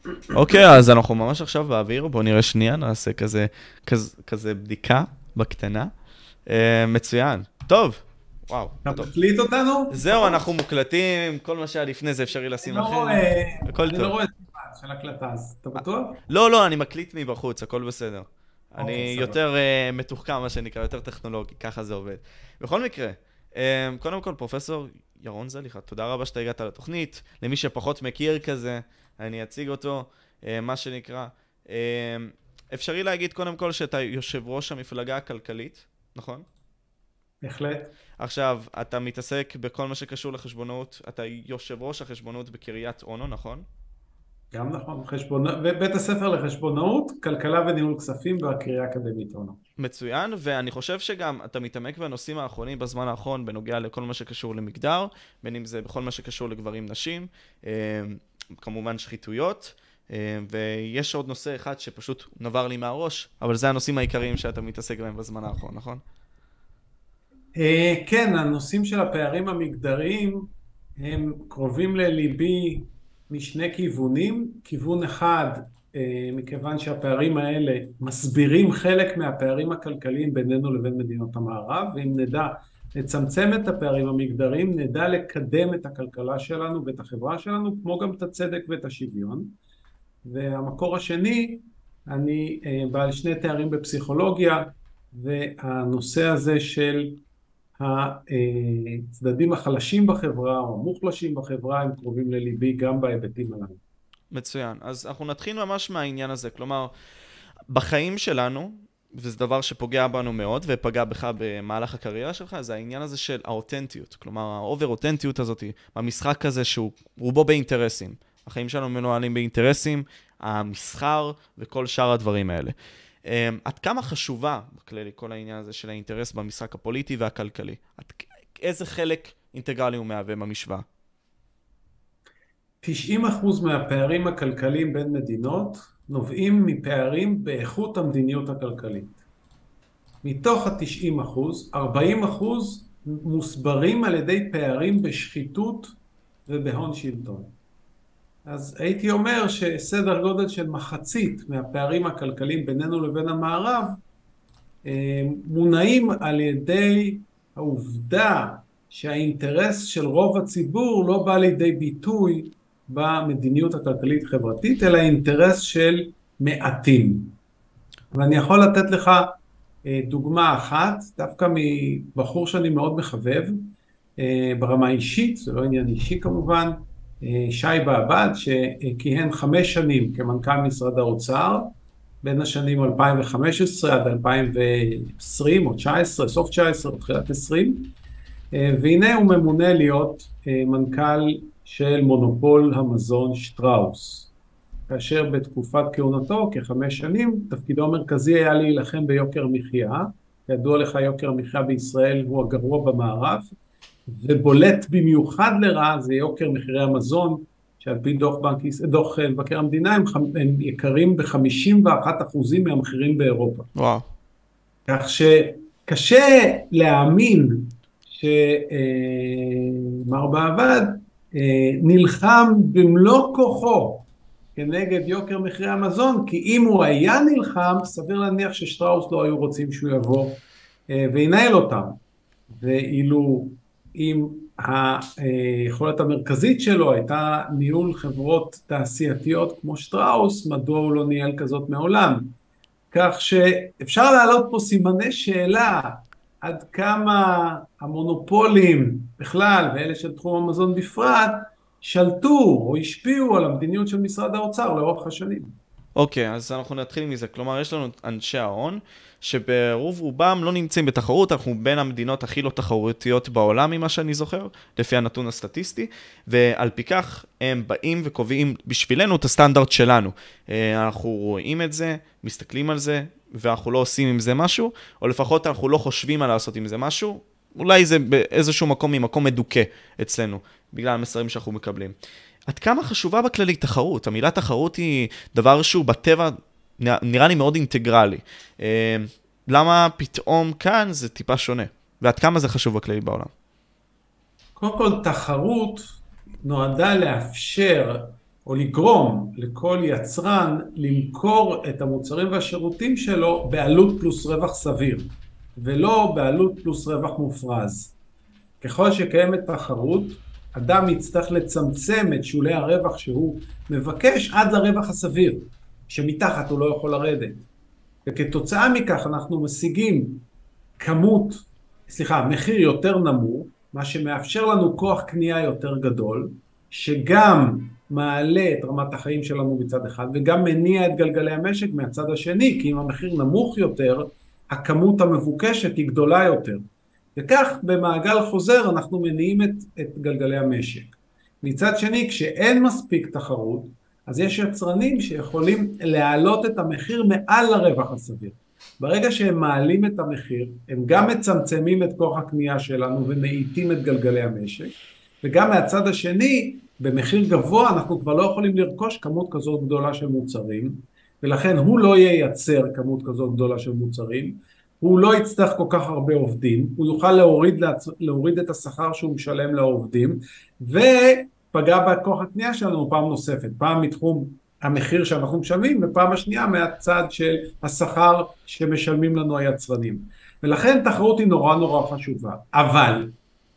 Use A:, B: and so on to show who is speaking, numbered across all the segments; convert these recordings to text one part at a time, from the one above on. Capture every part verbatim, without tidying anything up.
A: אוקיי, אז אנחנו ממש עכשיו באוויר, בואו נראה שנייה, נעשה כזה, כזה, כזה בדיקה בקטנה. אה, מצוין. טוב, וואו,
B: אתה
A: טוב.
B: מקליט אותנו
A: זהו,
B: לפחות?
A: אנחנו מוקלטים, כל מה שהיה לפני זה אפשרי
B: אני
A: לשים
B: לא
A: אחרת,
B: רואה,
A: הכל
B: אני לא
A: טוב.
B: רואה סימן של הקלטה, אז אתה
A: אה,
B: בטוח?
A: לא, לא, אני מקליט מבחוץ, הכל בסדר.
B: אוקיי,
A: אני
B: סבבה.
A: יותר uh, מתוחכם, מה שנקרא, יותר טכנולוגי, ככה זה עובד. בכל מקרה, um, קודם כל, פרופסור ירון זליכה, תודה רבה שאתה הגעת לתוכנית. למי שפחות מכיר כזה, אני אציג אותו, uh, מה שנקרא. Um, אפשרי להגיד קודם כל שאתה יושב ראש המפלגה הכלכלית, נכון?
B: בהחלט.
A: עכשיו, אתה מתעסק בכל מה שקשור לחשבונאות, אתה יושב ראש החשבונאות בקריית אונו, נכון?
B: גם נכון, חשבונא... ובית הספר לחשבונאות, כלכלה וניהול כספים בקריה האקדמית אונו.
A: מצוין, ואני חושב שגם אתה מתעמק בנושאים האחרונים בזמן האחרון בנוגע לכל מה שקשור למגדר, בין אם זה בכל מה שקשור לגברים נשים, כמובן שחיתויות, ויש עוד נושא אחד שפשוט נבר לי מהראש, אבל זה הנושאים העיקריים שאתה מתעסק בהם בזמן האחרון, נכון?
B: אה, כן, הנושאים של הפערים המגדריים הם קרובים לליבי משני כיוונים. כיוון אחד, אה, מכיוון שהפערים האלה מסבירים חלק מהפערים הכלכליים בינינו לבין מדינות המערב, ואם נדע לצמצם את הפערים המגדריים, נדע לקדם את הכלכלה שלנו ואת החברה שלנו, כמו גם את הצדק ואת השוויון. והמקור השני, אני אה, בעל שני תארים בפסיכולוגיה, והנושא הזה של הצדדים החלשים בחברה או המוחלשים בחברה הם קרובים לליבי גם בהיבטים הללו.
A: מצוין. אז אנחנו נתחיל ממש מהעניין הזה, כלומר, בחיים שלנו, וזה דבר שפוגע בנו מאוד, ופגע בך במהלך הקריירה שלך, זה העניין הזה של האותנטיות. כלומר, האובר-אותנטיות הזאת, במשחק הזה שהוא רובו באינטרסים. החיים שלנו מנוהלים באינטרסים, המסחר וכל שאר הדברים האלה. עד כמה חשובה בכללי כל העניין הזה של האינטרס במשחק הפוליטי והכלכלי? עד, איזה חלק אינטגרלי הוא מהווה במשוואה?
B: תשעים אחוז מהפערים הכלכליים בין מדינות נובעים מפערים באיכות המדיניות הכלכלית. מתוך ה-תשעים אחוז, ארבעים אחוז מוסברים על ידי פערים בשחיתות ובהון שלטון. אז הייתי אומר שסדר גודל של מחצית מהפערים הכלכליים בינינו לבין המערב מונעים על ידי העובדה שהאינטרס של רוב הציבור לא בא לידי ביטוי במדיניות הכלכלית-חברתית, אלא אינטרס של מעטים. ואני יכול לתת לך דוגמה אחת, דווקא מבחור שאני מאוד מחבב, ברמה אישית, זה לא עניין אישי כמובן, שי בעבד, שכיהן חמש שנים כמנכ"ל משרד האוצר, בין השנים אלפיים וחמש עשרה עד אלפיים ועשרים או תשע עשרה, סוף תשע עשרה או תחילת עשרים, והנה הוא ממונה להיות מנכ"ל של מונופול המזון שטראוס. כאשר בתקופת כהונתו, כחמש שנים, תפקידו המרכזי היה להילחם ביוקר מחיה. ידוע לך, יוקר המחיה בישראל הוא הגרוע במערב, ובולט במיוחד לרעה זה יוקר מחירי המזון, שעל פי דוח, בנק, דוח מבקר המדינה הם, הם יקרים ב-חמישים ואחד אחוזים מהמחירים באירופה.
A: וואו.
B: כך שקשה להאמין שמר בעבד נלחם במלוא כוחו כנגד יוקר מחירי המזון, כי אם הוא היה נלחם, סביר להניח ששטראוס לא היו רוצים שהוא יבוא וינהל אותם. ואילו אם היכולת המרכזית שלו הייתה ניהול חברות תעשייתיות כמו שטראוס, מדוע הוא לא ניהל כזאת מעולם? כך שאפשר להעלות פה סימני שאלה עד כמה המונופולים בכלל ואלה של תחום המזון בפרט שלטו או השפיעו על המדיניות של משרד האוצר לאורך השנים.
A: אוקיי, אז אנחנו נתחיל מזה. כלומר, יש לנו אנשי ההון, שברוב רובם לא נמצאים בתחרות, אנחנו בין המדינות הכי לא תחרותיות בעולם, ממה שאני זוכר, לפי הנתון הסטטיסטי, ועל פי כך הם באים וקובעים בשבילנו את הסטנדרט שלנו. אנחנו רואים את זה, מסתכלים על זה, ואנחנו לא עושים עם זה משהו, או לפחות אנחנו לא חושבים על לעשות עם זה משהו, אולי זה באיזשהו מקום ממקום מדוכא אצלנו, בגלל המסרים שאנחנו מקבלים. עד כמה חשובה בכללי תחרות? המילה תחרות היא דבר שהוא בטבע נראה לי מאוד אינטגרלי. למה פתאום כאן זה טיפה שונה? ועד כמה זה חשוב בכללי בעולם?
B: קודם כל, תחרות נועדה לאפשר או לגרום לכל יצרן למכור את המוצרים והשירותים שלו בעלות פלוס רווח סביר, ולא בעלות פלוס רווח מופרז. ככל שקיימת תחרות, אדם יצטרך לצמצם את שולי הרווח שהוא מבקש עד לרווח הסביר, שמתחת הוא לא יכול לרדת. וכתוצאה מכך אנחנו משיגים כמות, סליחה, מחיר יותר נמוך, מה שמאפשר לנו כוח קנייה יותר גדול, שגם מעלה את רמת החיים שלנו מצד אחד, וגם מניע את גלגלי המשק מהצד השני, כי אם המחיר נמוך יותר, הכמות המבוקשת היא גדולה יותר. וכך במעגל חוזר אנחנו מניעים את, את גלגלי המשק. מצד שני, כשאין מספיק תחרות, אז יש יצרנים שיכולים להעלות את המחיר מעל לרווח הסביר. ברגע שהם מעלים את המחיר, הם גם מצמצמים את כוח הקנייה שלנו ומאיטים את גלגלי המשק, וגם מהצד השני, במחיר גבוה אנחנו כבר לא יכולים לרכוש כמות כזאת גדולה של מוצרים, ולכן הוא לא ייצר כמות כזאת גדולה של מוצרים, הוא לא יצטרך כל כך הרבה עובדים, הוא יוכל להוריד, להוריד את השכר שהוא משלם לעובדים, ופגע בכוח הקנייה שלנו פעם נוספת, פעם מתחום המחיר שאנחנו משלמים, ופעם השנייה מהצד של השכר שמשלמים לנו היצרנים. ולכן תחרות היא נורא נורא חשובה, אבל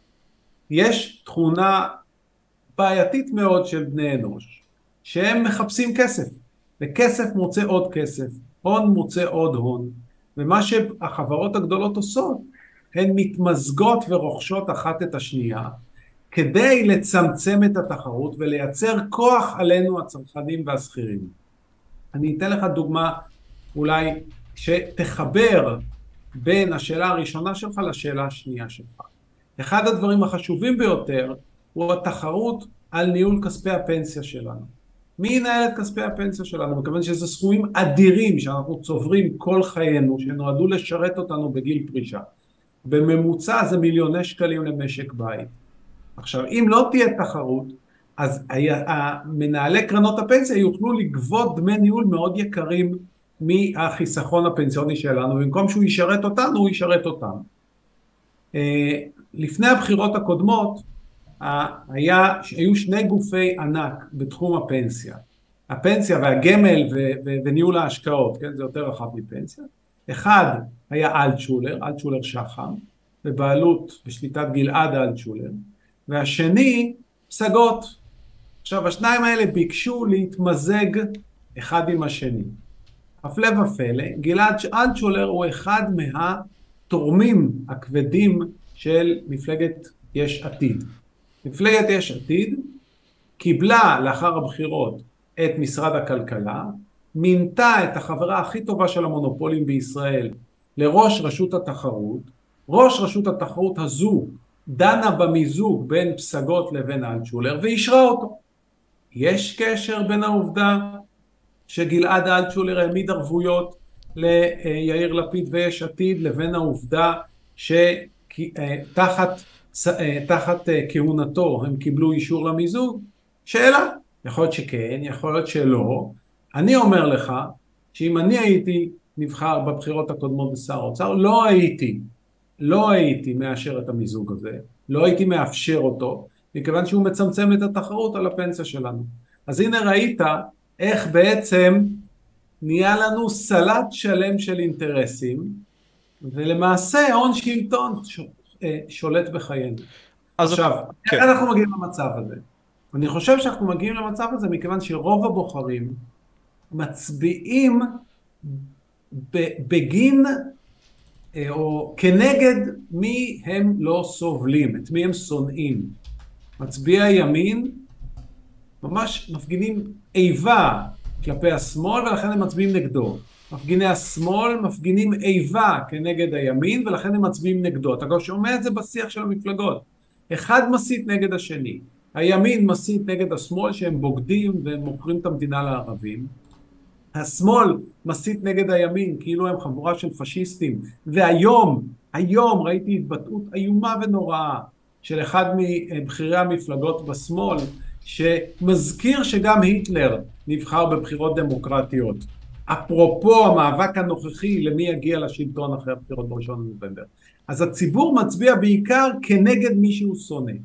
B: יש תכונה בעייתית מאוד של בני אנוש, שהם מחפשים כסף, וכסף מוצא עוד כסף, הון מוצא עוד הון, ומה שהחברות הגדולות עושות, הן מתמזגות ורוכשות אחת את השנייה, כדי לצמצם את התחרות ולייצר כוח עלינו הצרכנים והשכירים. אני אתן לך דוגמה אולי שתחבר בין השאלה הראשונה שלך לשאלה השנייה שלך. אחד הדברים החשובים ביותר הוא התחרות על ניהול כספי הפנסיה שלנו. מי ינהל את כספי הפנסיה שלנו? מכיוון שזה סכומים אדירים שאנחנו צוברים כל חיינו, שנועדו לשרת אותנו בגיל פרישה. בממוצע זה מיליוני שקלים למשק בית. עכשיו, אם לא תהיה תחרות, אז מנהלי קרנות הפנסיה יוכלו לגבות דמי ניהול מאוד יקרים מהחיסכון הפנסיוני שלנו, במקום שהוא ישרת אותנו, הוא ישרת אותם. לפני הבחירות הקודמות, היה, היו שני גופי ענק בתחום הפנסיה. הפנסיה והגמל ו- ו- וניהול ההשקעות, כן? זה יותר רחב מפנסיה. אחד היה אלטשולר, אלטשולר שחם, בבעלות, בשליטת גלעד אלטשולר, והשני, פסגות. עכשיו, השניים האלה ביקשו להתמזג אחד עם השני. הפלא ופלא, גלעד אלטשולר הוא אחד מהתורמים הכבדים של מפלגת יש עתיד. מפלגת יש עתיד קיבלה לאחר הבחירות את משרד הכלכלה, מינתה את החברה הכי טובה של המונופולים בישראל לראש רשות התחרות. ראש רשות התחרות הזו דנה במיזוג בין פסגות לבין אלטשולר ואישרה אותו. יש קשר בין העובדה שגלעד אלטשולר העמיד ערבויות ליאיר לפיד ויש עתיד לבין העובדה שתחת תחת כהונתו הם קיבלו אישור למיזוג? שאלה, יכול להיות שכן, יכול להיות שלא. אני אומר לך שאם אני הייתי נבחר בבחירות הקודמות בשר האוצר, לא הייתי, לא הייתי מאשר את המיזוג הזה, לא הייתי מאפשר אותו, מכיוון שהוא מצמצם את התחרות על הפנסיה שלנו. אז הנה ראית איך בעצם נהיה לנו סלט שלם של אינטרסים, ולמעשה הון שלטון שולט בחיינו. אז עכשיו, כן. איך אנחנו מגיעים למצב הזה? אני חושב שאנחנו מגיעים למצב הזה מכיוון שרוב הבוחרים מצביעים בגין או כנגד מי הם לא סובלים, את מי הם שונאים. מצביעי הימין ממש מפגינים איבה כלפי השמאל ולכן הם מצביעים נגדו. מפגיני השמאל מפגינים איבה כנגד הימין ולכן הם מצביעים נגדו. אתה גם שומע את זה בשיח של המפלגות. אחד מסית נגד השני. הימין מסית נגד השמאל שהם בוגדים והם מוכרים את המדינה לערבים. השמאל מסית נגד הימין כאילו הם חבורה של פשיסטים. והיום, היום ראיתי התבטאות איומה ונוראה של אחד מבחירי המפלגות בשמאל שמזכיר שגם היטלר נבחר בבחירות דמוקרטיות. אפרופו המאבק הנוכחי למי יגיע לשלטון אחרי הבחירות בראשון לנובמבר. אז הציבור מצביע בעיקר כנגד מי שהוא שונא.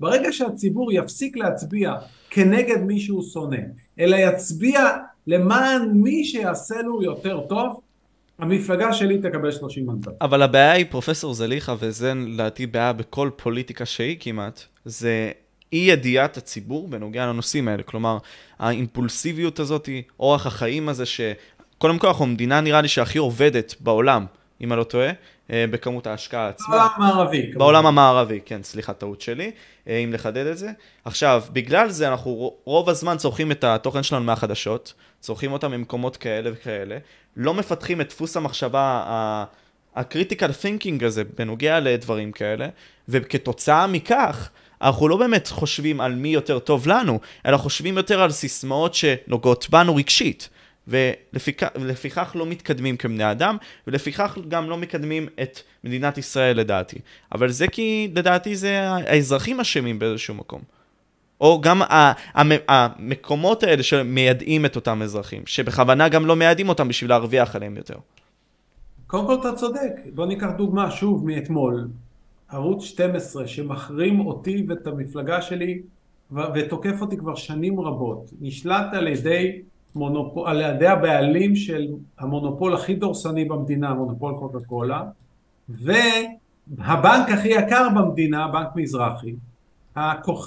B: ברגע שהציבור יפסיק להצביע כנגד מי שהוא שונא, אלא יצביע למען מי שיעשה לו יותר טוב, המפלגה שלי תקבל שלושים מנדטים.
A: אבל הבעיה היא, פרופסור זליכה, וזה לדעתי בעיה בכל פוליטיקה שהיא כמעט, זה אי ידיעת הציבור בנוגע לנושאים האלה. כלומר, האימפולסיביות הזאת, אורח החיים הזה, שקודם כל אנחנו מדינה נראה לי שהכי עובדת בעולם, אם אני לא טועה, בכמות ההשקעה עצמה.
B: בעולם המערבי.
A: בעולם המערבי, כן, סליחה, טעות שלי, אם לחדד את זה. עכשיו, בגלל זה אנחנו רוב הזמן צורכים את התוכן שלנו מהחדשות, צורכים אותם ממקומות כאלה וכאלה, לא מפתחים את דפוס המחשבה, ה-critical thinking הזה, בנוגע לדברים כאלה, וכתוצאה מכך, אנחנו לא באמת חושבים על מי יותר טוב לנו, אלא חושבים יותר על סיסמאות שנוגעות בנו רגשית. ולפיכך לא מתקדמים כבני אדם, ולפיכך גם לא מקדמים את מדינת ישראל לדעתי. אבל זה כי לדעתי זה האזרחים אשמים באיזשהו מקום. או גם המקומות האלה שמיידעים את אותם אזרחים, שבכוונה גם לא מיידעים אותם בשביל להרוויח עליהם יותר.
B: קודם כל אתה צודק. בוא ניקח דוגמה שוב מאתמול. ערוץ שתים עשרה שמחרים אותי ואת המפלגה שלי, ותוקף אותי כבר שנים רבות. נשלט על ידי מונופול, על ידי הבעלים של המונופול הכי דורסני במדינה, מונופול קוקה קולה, והבנק הכי יקר במדינה, בנק מזרחי, הכתבת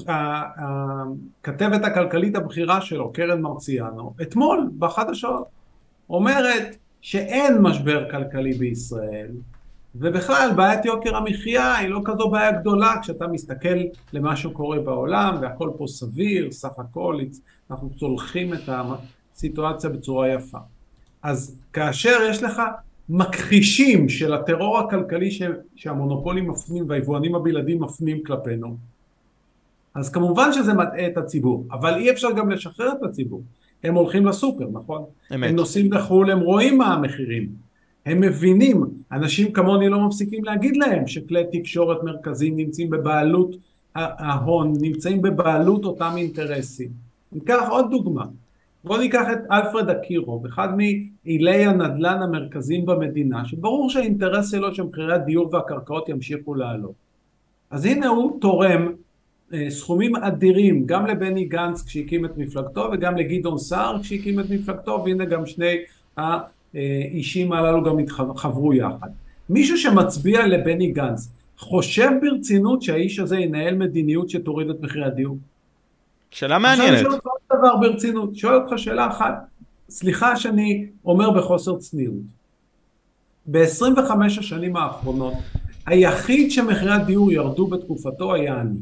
B: הכלכלית הבכירה שלו, קרן מרציאנו, אתמול בחדשות, אומרת שאין משבר כלכלי בישראל, ובכלל בעיית יוקר המחיה היא לא כזו בעיה גדולה, כשאתה מסתכל למה שקורה בעולם, והכל פה סביר, סך הכל, אנחנו צולחים את הסיטואציה בצורה יפה. אז כאשר יש לך מכחישים של הטרור הכלכלי ש... שהמונופולים מפנים והיבואנים הבלעדיים מפנים כלפינו, אז כמובן שזה מטעה את הציבור, אבל אי אפשר גם לשחרר את הציבור. הם הולכים לסופר, נכון? אמת. הם נוסעים לחול, הם רואים מה המחירים. הם מבינים, אנשים כמוני לא מפסיקים להגיד להם שכלי תקשורת מרכזיים נמצאים בבעלות ההון, נמצאים בבעלות אותם אינטרסים. ניקח עוד דוגמה. בואו ניקח את אלפרד אקירוב, אחד מאילי הנדלן המרכזיים במדינה, שברור שהאינטרס שלו שמחירי הדיור והקרקעות ימשיכו לעלות. אז הנה הוא תורם סכומים אדירים, גם לבני גנץ כשהקים את מפלגתו, וגם לגדעון סער כשהקים את מפלגתו, והנה גם שני האישים הללו גם התחברו יחד. מישהו שמצביע לבני גנץ, חושב ברצינות שהאיש הזה ינהל מדיניות שתוריד את מחירי הדיור?
A: שאלה מעניינת.
B: עכשיו אני שואל אותך דבר ברצינות, שואל אותך שאלה אחת, סליחה שאני אומר בחוסר צניעות. ב-עשרים וחמש השנים האחרונות, היחיד שמחירי הדיור ירדו בתקופתו היה אני.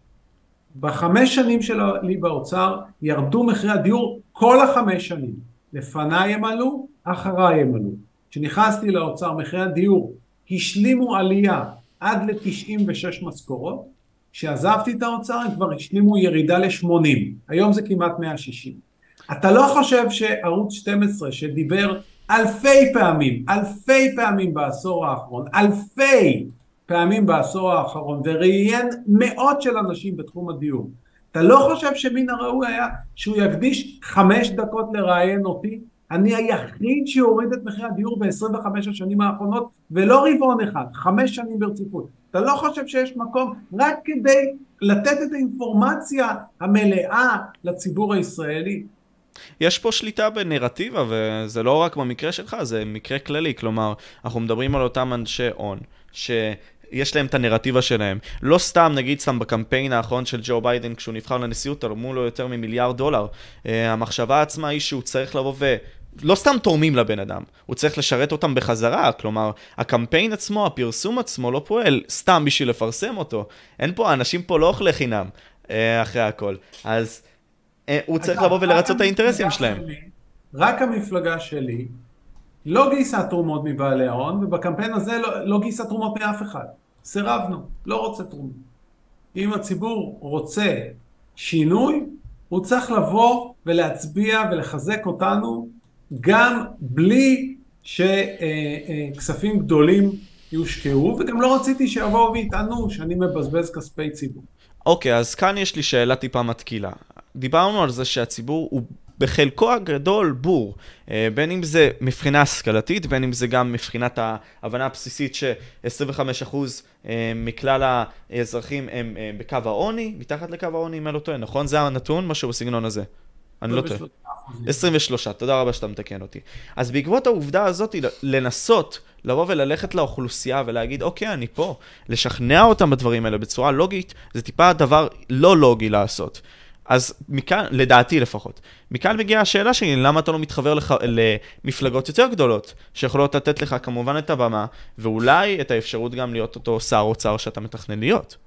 B: בחמש שנים שלי באוצר ירדו מחירי הדיור כל החמש שנים. לפניי הם עלו, אחריי הם עלו. כשנכנסתי לאוצר מחירי הדיור השלימו עלייה עד ל-תשעים ושש משכורות, כשעזבתי את האוצר הם כבר השלימו ירידה ל-שמונים, היום זה כמעט מאה ושישים. אתה לא חושב שערוץ שתים עשרה שדיבר אלפי פעמים, אלפי פעמים בעשור האחרון, אלפי פעמים בעשור האחרון, וראיין מאות של אנשים בתחום הדיור, אתה לא חושב שמן הראוי היה שהוא יקדיש חמש דקות לראיין אותי? אני היחיד שהוריד את מחיר הדיור ב-עשרים וחמש השנים האחרונות, ולא רבעון אחד, חמש שנים ברציפות. אתה לא חושב שיש מקום רק כדי לתת את האינפורמציה המלאה לציבור הישראלי?
A: יש פה שליטה בנרטיבה, וזה לא רק במקרה שלך, זה מקרה כללי. כלומר, אנחנו מדברים על אותם אנשי הון, שיש להם את הנרטיבה שלהם. לא סתם, נגיד סתם בקמפיין האחרון של ג'ו ביידן, כשהוא נבחר לנשיאות, תרמו לו יותר ממיליארד דולר. המחשבה עצמה היא שהוא צריך לבוא ו... לא סתם תורמים לבן אדם, הוא צריך לשרת אותם בחזרה, כלומר, הקמפיין עצמו, הפרסום עצמו לא פועל סתם בשביל לפרסם אותו. אין פה, אנשים פה לא אוכלי חינם, אחרי הכל. אז הוא צריך לבוא ולרצות את האינטרסים שלהם.
B: רק המפלגה שלי לא גייסה תרומות מבעלי ההון, ובקמפיין הזה לא, לא גייסה תרומות מאף אחד. סירבנו, לא רוצה תרומות. אם הציבור רוצה שינוי, הוא צריך לבוא ולהצביע ולחזק אותנו, גם בלי שכספים גדולים יושקעו, וגם לא רציתי שיבואו ויטענו שאני מבזבז כספי ציבור.
A: אוקיי, אז כאן יש לי שאלה טיפה מתקילה. דיברנו על זה שהציבור הוא בחלקו הגדול בור, בין אם זה מבחינה השכלתית, בין אם זה גם מבחינת ההבנה הבסיסית ש-עשרים וחמישה אחוז מכלל האזרחים הם בקו העוני, מתחת לקו העוני, אם אני לא טועה, נכון? זה הנתון, משהו בסגנון הזה. אני לא טועה. עשרים ושלוש, תודה רבה שאתה מתקן אותי. אז בעקבות העובדה הזאת, לנסות לבוא וללכת לאוכלוסייה ולהגיד, אוקיי, אני פה, לשכנע אותם בדברים האלה בצורה לוגית, זה טיפה דבר לא לוגי לעשות. אז מכאן, לדעתי לפחות, מכאן מגיעה השאלה שלי, למה אתה לא מתחבר לך, למפלגות יותר גדולות, שיכולות לתת לך כמובן את הבמה, ואולי את האפשרות גם להיות אותו שר אוצר שאתה מתכנן להיות.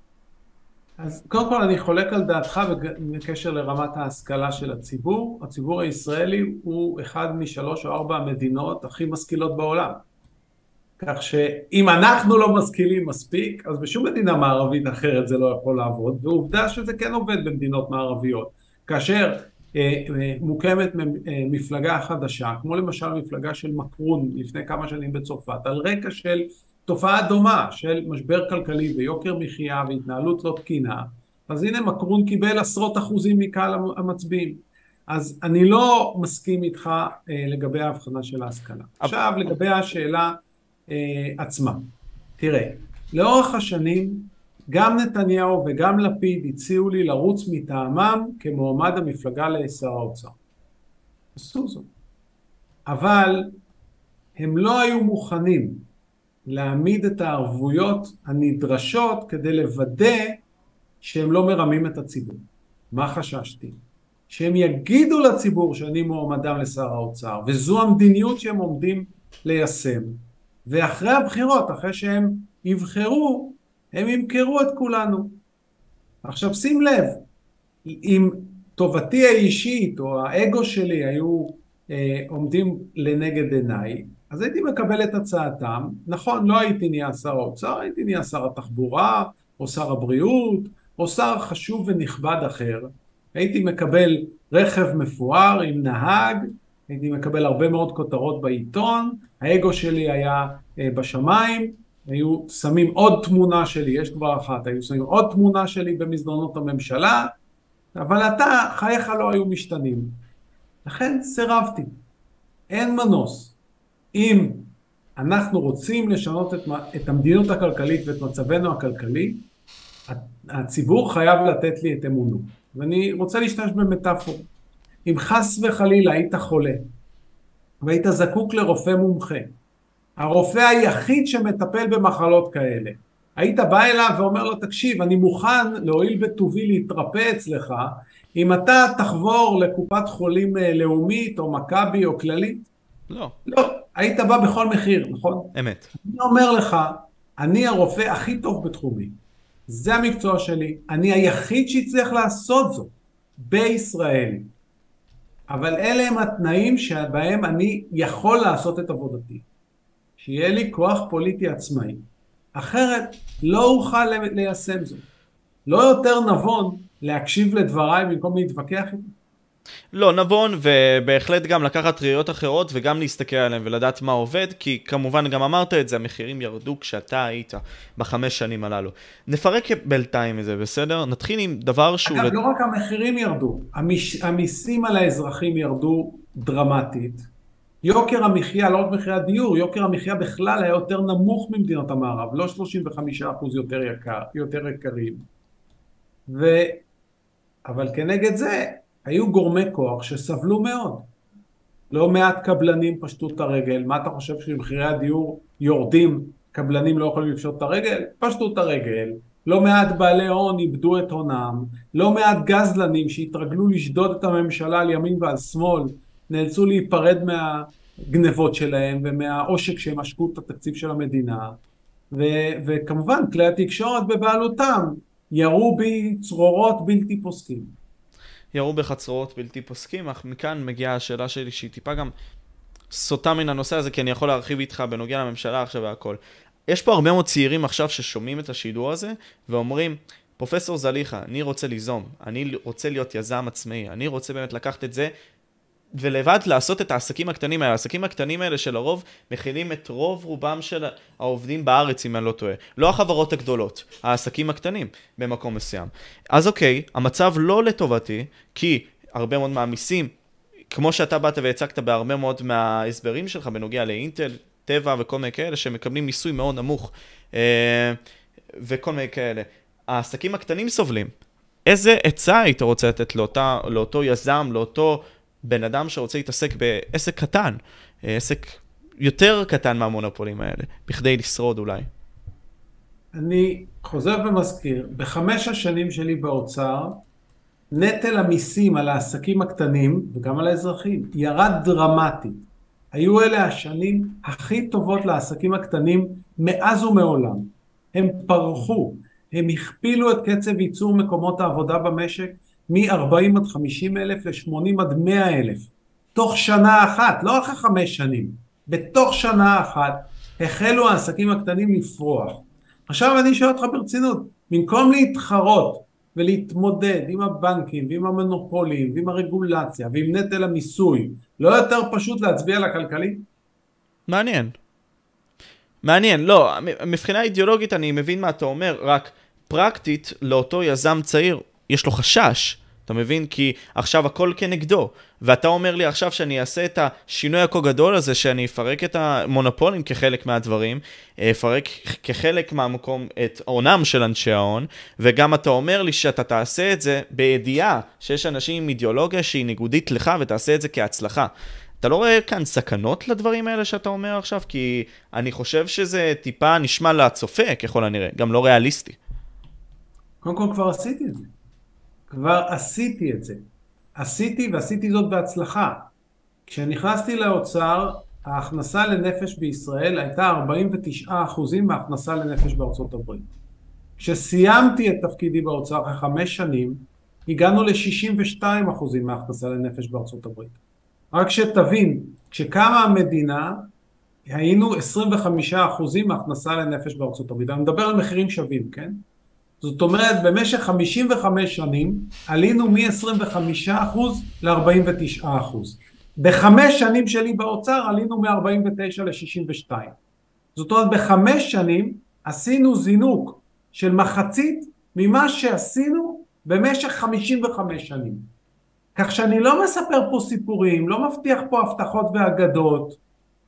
B: אז קודם כל אני חולק על דעתך בקשר לרמת ההשכלה של הציבור. הציבור הישראלי הוא אחד משלוש או ארבע המדינות הכי משכילות בעולם. כך שאם אנחנו לא משכילים מספיק, אז בשום מדינה מערבית אחרת זה לא יכול לעבוד, ועובדה שזה כן עובד במדינות מערביות. כאשר אה, אה, מוקמת אה, מפלגה חדשה, כמו למשל מפלגה של מקרון לפני כמה שנים בצרפת, על רקע של תופעה דומה של משבר כלכלי ויוקר מחיה והתנהלות לא תקינה, אז הנה מקרון קיבל עשרות אחוזים מקהל המצביעים. אז אני לא מסכים איתך אה, לגבי ההבחנה של ההשכלה. עכשיו לגבי השאלה אה, עצמה. תראה, לאורך השנים גם נתניהו וגם לפיד הציעו לי לרוץ מטעמם כמועמד המפלגה לשר האוצר. עשו זאת. אבל הם לא היו מוכנים להעמיד את הערבויות הנדרשות כדי לוודא שהם לא מרמים את הציבור. מה חששתי? שהם יגידו לציבור שאני מועמדם לשר האוצר, וזו המדיניות שהם עומדים ליישם. ואחרי הבחירות, אחרי שהם יבחרו, הם ימכרו את כולנו. עכשיו שים לב, אם טובתי האישית או האגו שלי היו אה, עומדים לנגד עיניי, אז הייתי מקבל את הצעתם. נכון, לא הייתי נהיה שר האוצר, הייתי נהיה שר התחבורה, או שר הבריאות, או שר חשוב ונכבד אחר. הייתי מקבל רכב מפואר עם נהג, הייתי מקבל הרבה מאוד כותרות בעיתון, האגו שלי היה אה, בשמיים, היו שמים עוד תמונה שלי, יש כבר אחת, היו שמים עוד תמונה שלי במסדרונות הממשלה, אבל אתה, חייך לא היו משתנים. לכן סירבתי. אין מנוס. אם אנחנו רוצים לשנות את, את המדיניות הכלכלית ואת מצבנו הכלכלי, הציבור חייב לתת לי את אמונו. ואני רוצה להשתמש במטאפורה. אם חס וחלילה היית חולה, והיית זקוק לרופא מומחה, הרופא היחיד שמטפל במחלות כאלה, היית בא אליו ואומר לו, תקשיב, אני מוכן להועיל בטובי להתרפא אצלך, אם אתה תחבור לקופת חולים לאומית או מכבי או כללית?
A: לא.
B: לא, היית בא בכל מחיר, נכון?
A: אמת.
B: אני אומר לך, אני הרופא הכי טוב בתחומי, זה המקצוע שלי, אני היחיד שהצליח לעשות זאת בישראל, אבל אלה הם התנאים שבהם אני יכול לעשות את עבודתי. שיהיה לי כוח פוליטי עצמאי. אחרת לא אוכל ליישם זאת. לא יותר נבון להקשיב לדבריי במקום להתווכח איתי.
A: לא, נבון, ובהחלט גם לקחת ראיות אחרות וגם להסתכל עליהן ולדעת מה עובד, כי כמובן גם אמרת את זה, המחירים ירדו כשאתה היית בחמש שנים הללו. נפרק בינתיים את זה, בסדר? נתחיל עם דבר שהוא...
B: אגב, לד... לא רק המחירים ירדו, המש... המיסים על האזרחים ירדו דרמטית. יוקר המחיה, לא רק מחירי הדיור, יוקר המחיה בכלל היה יותר נמוך ממדינות המערב, לא שלושים וחמישה אחוז יותר יקר, יותר יקרים. ו... אבל כנגד זה, היו גורמי כוח שסבלו מאוד. לא מעט קבלנים פשטו את הרגל. מה אתה חושב שמחירי הדיור יורדים, קבלנים לא יכולים לפשוט את הרגל? פשטו את הרגל. לא מעט בעלי הון איבדו את הונם. לא מעט גזלנים שהתרגלו לשדוד את הממשלה על ימין ועל שמאל, נאלצו להיפרד מהגנבות שלהם ומהעושק שהם משקו את התקציב של המדינה. ו- וכמובן, כלי התקשורת בבעלותם ירו בי צרורות בלתי פוסקים.
A: ירו בחצרות בלתי פוסקים, אך מכאן מגיעה השאלה שלי שהיא טיפה גם סוטה מן הנושא הזה, כי אני יכול להרחיב איתך בנוגע לממשלה עכשיו והכל. יש פה הרבה מאוד צעירים עכשיו ששומעים את השידור הזה, ואומרים, פרופסור זליכה, אני רוצה ליזום, אני רוצה להיות יזם עצמאי, אני רוצה באמת לקחת את זה, ולבד לעשות את העסקים הקטנים האלה. העסקים הקטנים האלה שלרוב מכילים את רוב רובם של העובדים בארץ, אם אני לא טועה. לא החברות הגדולות, העסקים הקטנים במקום מסוים. אז אוקיי, המצב לא לטובתי, כי הרבה מאוד מהמיסים כמו שאתה באת והצגת בהרבה מאוד מההסברים שלך בנוגע לאינטל, טבע וכל מיני כאלה שמקבלים מיסוי מאוד נמוך, וכל מיני כאלה. העסקים הקטנים סובלים. איזה עצה היית רוצה לתת לאותה, לאותו יזם, לאותו בן אדם שרוצה להתעסק בעסק קטן, עסק יותר קטן מהמונופולים האלה, בכדי לשרוד אולי?
B: אני חוזר ומזכיר, בחמש השנים שלי באוצר, נטל המיסים על העסקים הקטנים וגם על האזרחים ירד דרמטית. היו אלה השנים הכי טובות לעסקים הקטנים מאז ומעולם. הם פרחו, הם הכפילו את קצב ייצור מקומות העבודה במשק מ-ארבעים עד חמישים אלף ל-שמונים עד מאה אלף. תוך שנה אחת, לא אחרי חמש שנים, בתוך שנה אחת החלו העסקים הקטנים לפרוח. עכשיו אני שואל אותך ברצינות, במקום להתחרות ולהתמודד עם הבנקים ועם המונופולים ועם הרגולציה ועם נטל המיסוי, לא יותר פשוט להצביע לכלכלי?
A: מעניין. מעניין, לא, מבחינה אידיאולוגית אני מבין מה אתה אומר, רק פרקטית לאותו יזם צעיר יש לו חשש, אתה מבין? כי עכשיו הכל כנגדו, ואתה אומר לי עכשיו שאני אעשה את השינוי הכה גדול הזה, שאני אפרק את המונופולים כחלק מהדברים, אפרק כחלק מהמקום את עונם של אנשי ההון, וגם אתה אומר לי שאתה תעשה את זה בידיעה שיש אנשים עם אידיאולוגיה שהיא ניגודית לך, ותעשה את זה כהצלחה. אתה לא רואה כאן סכנות לדברים האלה שאתה אומר עכשיו? כי אני חושב שזה טיפה נשמע לצופה ככל הנראה, גם לא ריאליסטי.
B: קודם כל כבר עשיתי את זה. כבר עשיתי את זה. עשיתי ועשיתי זאת בהצלחה. כשנכנסתי לאוצר, ההכנסה לנפש בישראל הייתה ארבעים ותשעה אחוזים מההכנסה לנפש בארצות הברית. כשסיימתי את תפקידי באוצר אחרי חמש שנים, הגענו ל-שישים ושתיים אחוזים מההכנסה לנפש בארצות הברית. רק שתבין, כשקמה המדינה, היינו עשרים וחמישה אחוזים מההכנסה לנפש בארצות הברית. אני מדבר על מחירים שווים, כן? זאת אומרת, במשך חמישים וחמש שנים, עלינו מ-עשרים וחמישה אחוז ל-ארבעים ותשעה אחוז. בחמש שנים שלי באוצר, עלינו מ-ארבעים ותשע ל-שישים ושתיים. זאת אומרת, בחמש שנים, עשינו זינוק של מחצית ממה שעשינו במשך חמישים וחמש שנים. כך שאני לא מספר פה סיפורים, לא מבטיח פה הבטחות ואגדות.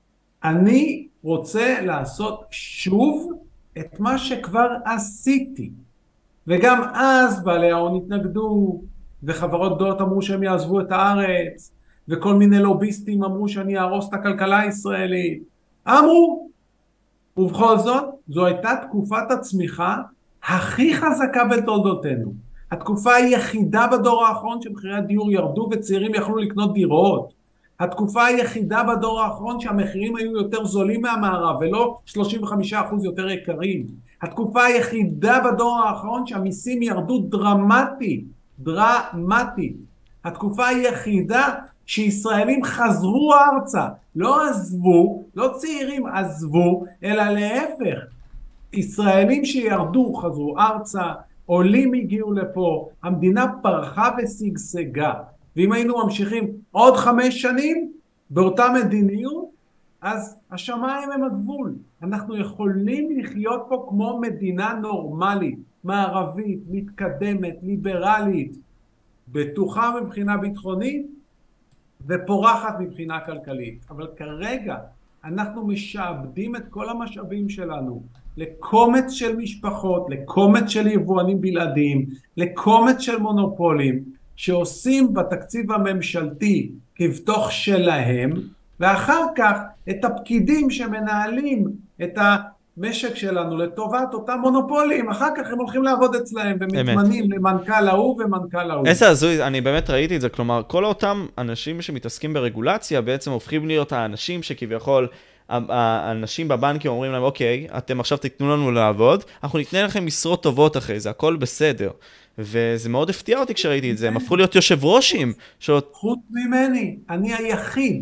B: אני רוצה לעשות שוב את מה שכבר עשיתי. וגם אז בעלי ההון התנגדו, וחברות גדולות אמרו שהם יעזבו את הארץ, וכל מיני לוביסטים אמרו שאני אהרוס את הכלכלה הישראלית. אמרו, ובכל זאת, זו הייתה תקופת הצמיחה הכי חזקה בתולדותינו. התקופה היחידה בדור האחרון שמחירי הדיור ירדו וצעירים יכלו לקנות דירות. התקופה היחידה בדור האחרון שהמחירים היו יותר זולים מהמערב ולא שלושים וחמישה אחוז יותר יקרים. התקופה היחידה בדור האחרון שהמיסים ירדו דרמטי, דרמטי. התקופה היחידה שישראלים חזרו ארצה, לא עזבו, לא צעירים עזבו, אלא להפך. ישראלים שירדו חזרו ארצה, עולים הגיעו לפה, המדינה פרחה ושגשגה. ואם היינו ממשיכים עוד חמש שנים באותה מדיניות, אז השמיים הם הגבול. אנחנו יכולים לחיות פה כמו מדינה נורמלית, מערבית, מתקדמת, ליברלית, בטוחה מבחינה ביטחונית ופורחת מבחינה כלכלית. אבל כרגע אנחנו משעבדים את כל המשאבים שלנו לקומץ של משפחות, לקומץ של יבואנים בלעדיים, לקומץ של מונופולים, שעושים בתקציב הממשלתי כבתוך שלהם, ואחר כך את הפקידים שמנהלים את המשק שלנו לטובת אותם מונופולים, אחר כך הם הולכים לעבוד אצלהם ומתמנים למנכ"ל ההוא ומנכ"ל ההוא.
A: איזה הזוי, אני באמת ראיתי את זה, כלומר, כל אותם אנשים שמתעסקים ברגולציה בעצם הופכים להיות האנשים שכביכול האנשים בבנקים אומרים להם, אוקיי, אתם עכשיו תיתנו לנו לעבוד, אנחנו ניתן לכם משרות טובות אחרי זה, הכל בסדר. וזה מאוד הפתיע אותי כשראיתי את זה, הם הפכו להיות יושב ראשים.
B: חוץ ממני, אני היחיד,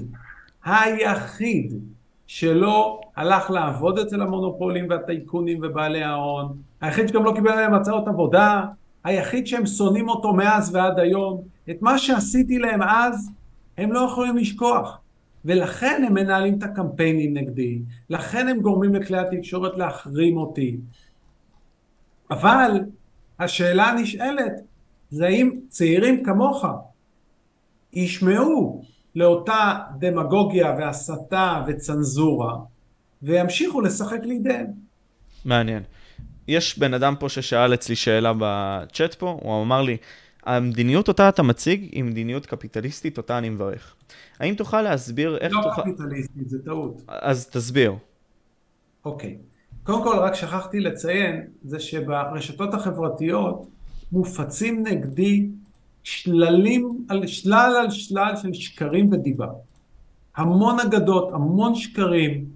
B: היחיד שלא הלך לעבוד אצל המונופולים והטייקונים ובעלי ההון, היחיד שגם לא קיבל להם הצעות עבודה, היחיד שהם שונאים אותו מאז ועד היום. את מה שעשיתי להם אז, הם לא יכולים לשכוח. ולכן הם מנהלים את הקמפיינים נגדי, לכן הם גורמים לכלי התקשורת להחרים אותי. אבל השאלה הנשאלת, זה האם צעירים כמוך ישמעו לאותה דמגוגיה והסתה וצנזורה, וימשיכו לשחק לידיהם.
A: מעניין. יש בן אדם פה ששאל אצלי שאלה בצ'אט פה, הוא אמר לי, המדיניות אותה אתה מציג היא מדיניות קפיטליסטית, אותה אני מברך. האם תוכל להסביר איך
B: לא
A: תוכל...
B: לא קפיטליסטית, זה טעות.
A: אז תסביר.
B: אוקיי. קודם כל, רק שכחתי לציין, זה שברשתות החברתיות מופצים נגדי שללים על שלל על שלל של שקרים ודיבה. המון אגדות, המון שקרים,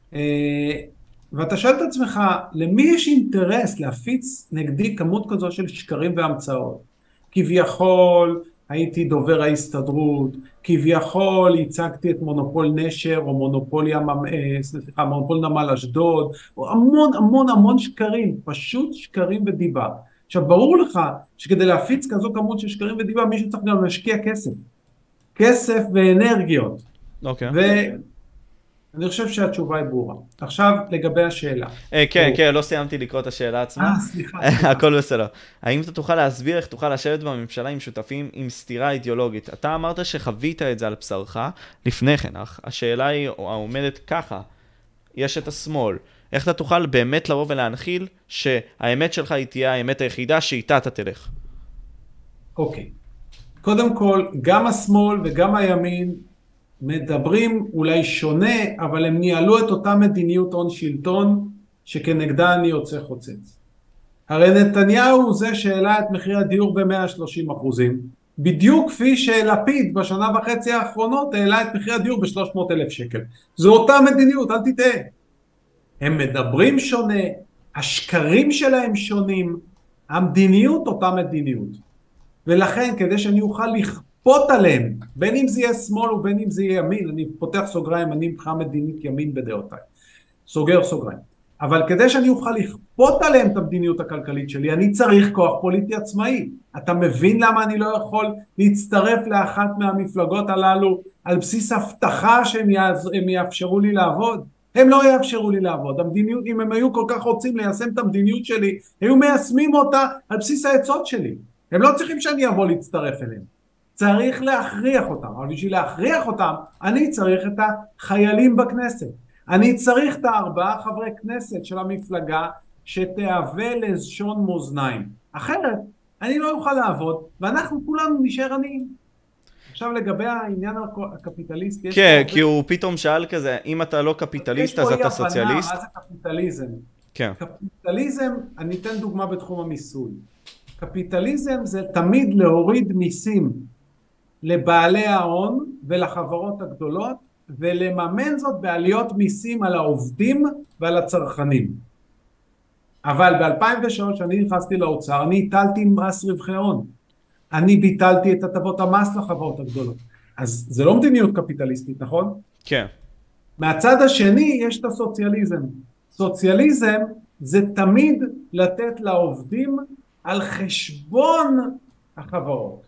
B: ואתה שואל את עצמך, למי יש אינטרס להפיץ נגדי כמות כזו של שקרים והמצאות? כביכול הייתי דובר ההסתדרות, כביכול הצגתי את מונופול נשר או מונופול, ים, סליחה, מונופול נמל אשדוד, או המון המון המון שקרים, פשוט שקרים ודיבה. עכשיו ברור לך שכדי להפיץ כזו כמות של שקרים ודיבה מישהו צריך גם להשקיע כסף, כסף ואנרגיות.
A: אוקיי.
B: ואני חושב שהתשובה היא ברורה. עכשיו לגבי השאלה.
A: כן, כן, לא סיימתי לקרוא את השאלה עצמה.
B: אה, סליחה.
A: הכל בסדר. האם אתה תוכל להסביר איך תוכל לשבת בממשלה עם שותפים עם סתירה אידיאולוגית? אתה אמרת שחווית את זה על בשרך לפני כן, אך השאלה היא העומדת ככה. יש את השמאל. איך אתה תוכל באמת לבוא ולהנחיל שהאמת שלך היא תהיה האמת היחידה שאיתה אתה תלך?
B: אוקיי. קודם כל, גם השמאל וגם הימין מדברים אולי שונה, אבל הם ניהלו את אותה מדיניות הון שלטון שכנגדה אני יוצא חוצץ. הרי נתניהו זה שהעלה את מחיר הדיור ב-מאה ושלושים אחוזים, בדיוק כפי שלפיד בשנה וחצי האחרונות העלה את מחיר הדיור ב-שלוש מאות אלף שקל. זו אותה מדיניות, אל תטעה. הם מדברים שונה, השקרים שלהם שונים, המדיניות אותה מדיניות. ולכן כדי שאני אוכל לכפות עליהם, בין אם זה יהיה שמאל ובין אם זה יהיה ימין, אני פותח סוגריים, אני מבחינה מדינית ימין בדעותיי, סוגר סוגריים. אבל כדי שאני אוכל לכפות עליהם את המדיניות הכלכלית שלי, אני צריך כוח פוליטי עצמאי. אתה מבין למה אני לא יכול להצטרף לאחת מהמפלגות הללו על בסיס הבטחה שהם יאפשרו לי לעבוד? הם לא יאפשרו לי לעבוד. המדיניות, אם הם היו כל כך רוצים ליישם את המדיניות שלי, היו מיישמים אותה על בסיס העצות שלי. הם לא צריכים שאני אבוא להצטרף אליהם. צריך להכריח אותם. אבל בשביל להכריח אותם, אני צריך את החיילים בכנסת. אני צריך את הארבעה חברי כנסת של המפלגה שתהווה לשון מאזניים. אחרת, אני לא אוכל לעבוד, ואנחנו כולנו נשאר עניים. עכשיו לגבי העניין הקפיטליסטי...
A: כן, כי הוא פתאום שאל כזה, אם אתה לא קפיטליסט אז אתה סוציאליסט.
B: מה זה קפיטליזם?
A: כן.
B: קפיטליזם, אני אתן דוגמה בתחום המיסוי. קפיטליזם זה תמיד להוריד מיסים לבעלי ההון ולחברות הגדולות, ולממן זאת בעליות מיסים על העובדים ועל הצרכנים. אבל ב-אלפיים ושלוש אני נכנסתי לאוצר, אני הטלתי מס רווחי הון. אני ביטלתי את הטבות המס לחברות הגדולות. אז זה לא מדיניות קפיטליסטית, נכון?
A: כן.
B: מהצד השני יש את הסוציאליזם. סוציאליזם זה תמיד לתת לעובדים על חשבון החברות.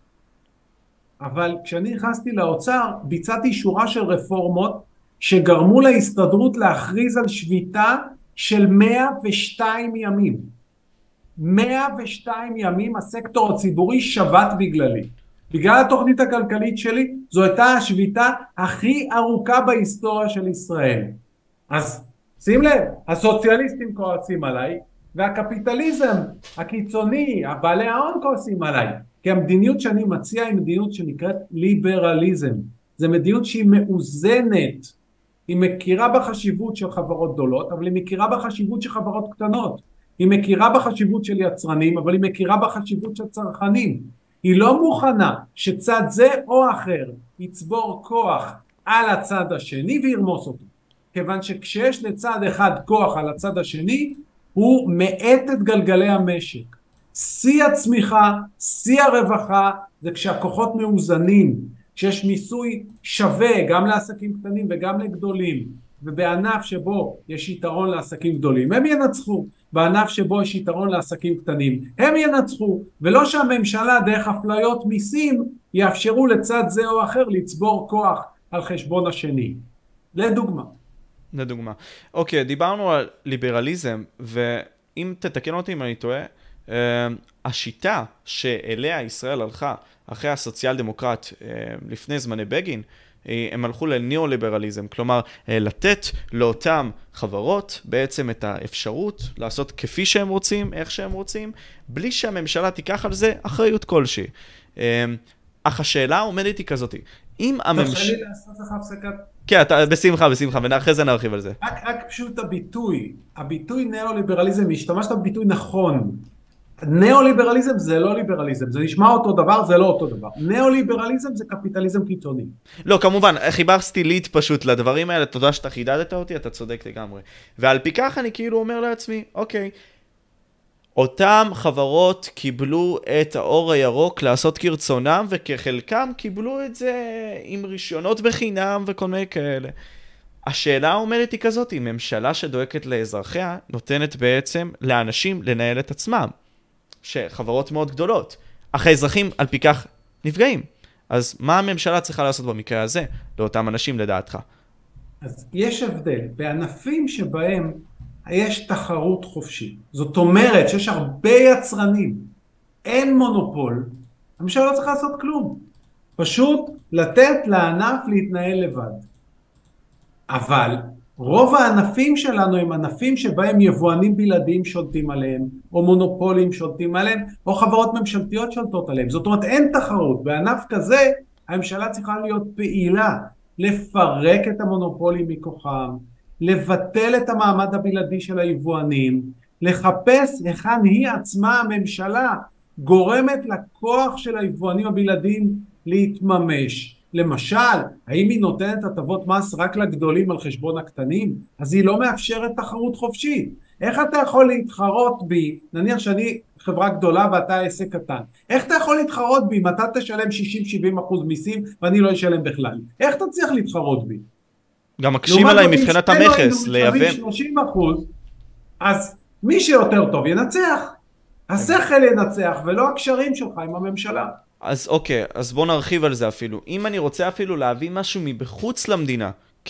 B: אבל כשאני נכנסתי לאוצר, ביצעתי שורה של רפורמות שגרמו להסתדרות להכריז על שביתה של מאה ושתיים ימים. מאה ושתיים ימים הסקטור הציבורי שבת בגללי. בגלל התוכנית הכלכלית שלי, זו הייתה השביתה הכי ארוכה בהיסטוריה של ישראל. אז שים לב, הסוציאליסטים כועסים עליי, והקפיטליזם הקיצוני, הבעלי ההון כועסים עליי. כי המדיניות שאני מציע היא מדיניות שנקראת ליברליזם. זו מדיניות שהיא מאוזנת. היא מכירה בחשיבות של חברות גדולות, אבל היא מכירה בחשיבות של חברות קטנות. היא מכירה בחשיבות של יצרנים, אבל היא מכירה בחשיבות של צרכנים. היא לא מוכנה שצד זה או אחר יצבור כוח על הצד השני וירמוס אותו. כיוון שכשיש לצד אחד כוח על הצד השני, הוא מאט את גלגלי המשק. שיא הצמיחה, שיא הרווחה, זה כשהכוחות מאוזנים, כשיש מיסוי שווה גם לעסקים קטנים וגם לגדולים, ובענף שבו יש יתרון לעסקים גדולים, הם ינצחו, בענף שבו יש יתרון לעסקים קטנים, הם ינצחו, ולא שהממשלה דרך אפליות מיסים יאפשרו לצד זה או אחר לצבור כוח על חשבון השני. לדוגמה.
A: לדוגמה. אוקיי, דיברנו על ליברליזם, ואם תתקן אותי אם אני טועה, Uh, השיטה שאליה ישראל הלכה אחרי הסוציאל דמוקרט uh, לפני זמני בגין, הם הלכו לניאו-ליברליזם, כלומר, לתת לאותם חברות בעצם את האפשרות לעשות כפי שהם רוצים, איך שהם רוצים, בלי שהממשלה תיקח על זה אחריות כלשהי. אך השאלה עומדת היא כזאת, אם הממשלה...
B: תרשה לי לעשות לך הפסקת...
A: כן, אתה, בשמחה, בשמחה, ואחרי זה נרחיב על זה.
B: רק, רק פשוט הביטוי, הביטוי ניאו-ליברליזם, השתמשת בביטוי נכון. ניאו-ליברליזם זה לא ליברליזם, זה נשמע אותו דבר, זה לא אותו דבר. ניאו-ליברליזם זה קפיטליזם קיצוני.
A: לא, כמובן, חיבר סטילית פשוט לדברים האלה, תודה שאתה חידדת אותי, אתה צודק לגמרי. ועל פי כך אני כאילו אומר לעצמי, אוקיי, אותם חברות קיבלו את האור הירוק לעשות כרצונם, וכחלקם קיבלו את זה עם רישיונות בחינם וכל מיני כאלה. השאלה העומדת היא כזאת, היא ממשלה שדואגת לאזרחיה, נותנת בעצם לאנשים לנהל את עצמם, שחברות מאוד גדולות, אך האזרחים על פי כך נפגעים. אז מה הממשלה צריכה לעשות במקרה הזה, לאותם אנשים לדעתך?
B: אז יש הבדל, בענפים שבהם יש תחרות חופשית, זאת אומרת שיש הרבה יצרנים, אין מונופול, הממשלה לא צריכה לעשות כלום, פשוט לתת לענף להתנהל לבד. אבל רוב הענפים שלנו הם ענפים שבהם יבואנים בלעדיים שולטים עליהם, או מונופולים שולטים עליהם, או חברות ממשלתיות שולטות עליהם. זאת אומרת, אין תחרות. בענף כזה, הממשלה צריכה להיות פעילה, לפרק את המונופולים מכוחם, לבטל את המעמד הבלעדי של היבואנים, לחפש היכן היא עצמה, הממשלה, גורמת לכוח של היבואנים הבלעדיים להתממש. למשל, האם היא נותנת הטבות מס רק לגדולים על חשבון הקטנים? אז היא לא מאפשרת תחרות חופשית. איך אתה יכול להתחרות בי, נניח שאני חברה גדולה ואתה עסק קטן, איך אתה יכול להתחרות בי אם אתה תשלם שישים שבעים אחוז מיסים ואני לא אשלם בכלל? איך אתה צריך להתחרות בי?
A: גם מקשים עליי מבחינת המכס, לייבא.
B: שלושים אחוז, אז מי שיותר טוב ינצח. השכל ינצח ולא הקשרים שלך עם הממשלה.
A: אז אוקיי, אז בוא נרחיב על זה אפילו. אם אני רוצה אפילו להביא משהו מבחוץ למדינה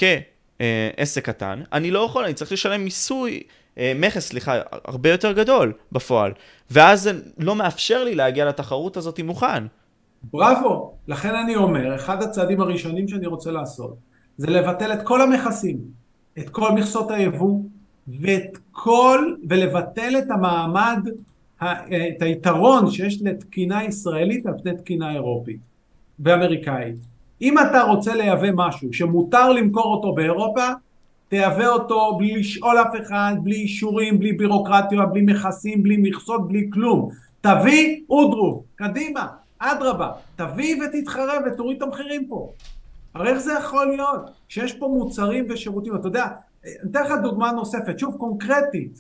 A: כעסק קטן, אני לא יכול, אני צריך לשלם מיסוי, מכס, סליחה, הרבה יותר גדול בפועל. ואז זה לא מאפשר לי להגיע לתחרות הזאת מוכן.
B: בראבו, לכן אני אומר, אחד הצעדים הראשונים שאני רוצה לעשות, זה לבטל את כל המכסים, את כל מכסות היבוא, ואת כל, ולבטל את המעמד, את היתרון שיש לתקינה ישראלית על פני תקינה אירופית ואמריקאית. אם אתה רוצה לייבא משהו שמותר למכור אותו באירופה, תייבא אותו בלי לשאול אף אחד, בלי אישורים, בלי בירוקרטיה, בלי מכסים, בלי מכסות, בלי כלום. תביא אודרו, קדימה, אדרבה, תביא ותתחרה ותוריד את המחירים פה. הרי איך זה יכול להיות? שיש פה מוצרים ושירותים, אתה יודע, אני אתן לך דוגמה נוספת, שוב קונקרטית.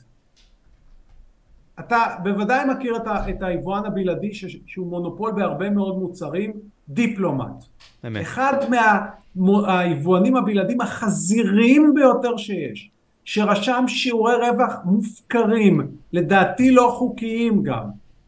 B: אתה בוודאי מכיר את, ה, את היבואן הבלעדי ש, שהוא מונופול בהרבה מאוד מוצרים, דיפלומט. באמת. אחד מהיבואנים הבלעדים החזירים ביותר שיש, שרשם שיעורי רווח מופקרים, לדעתי לא חוקיים גם,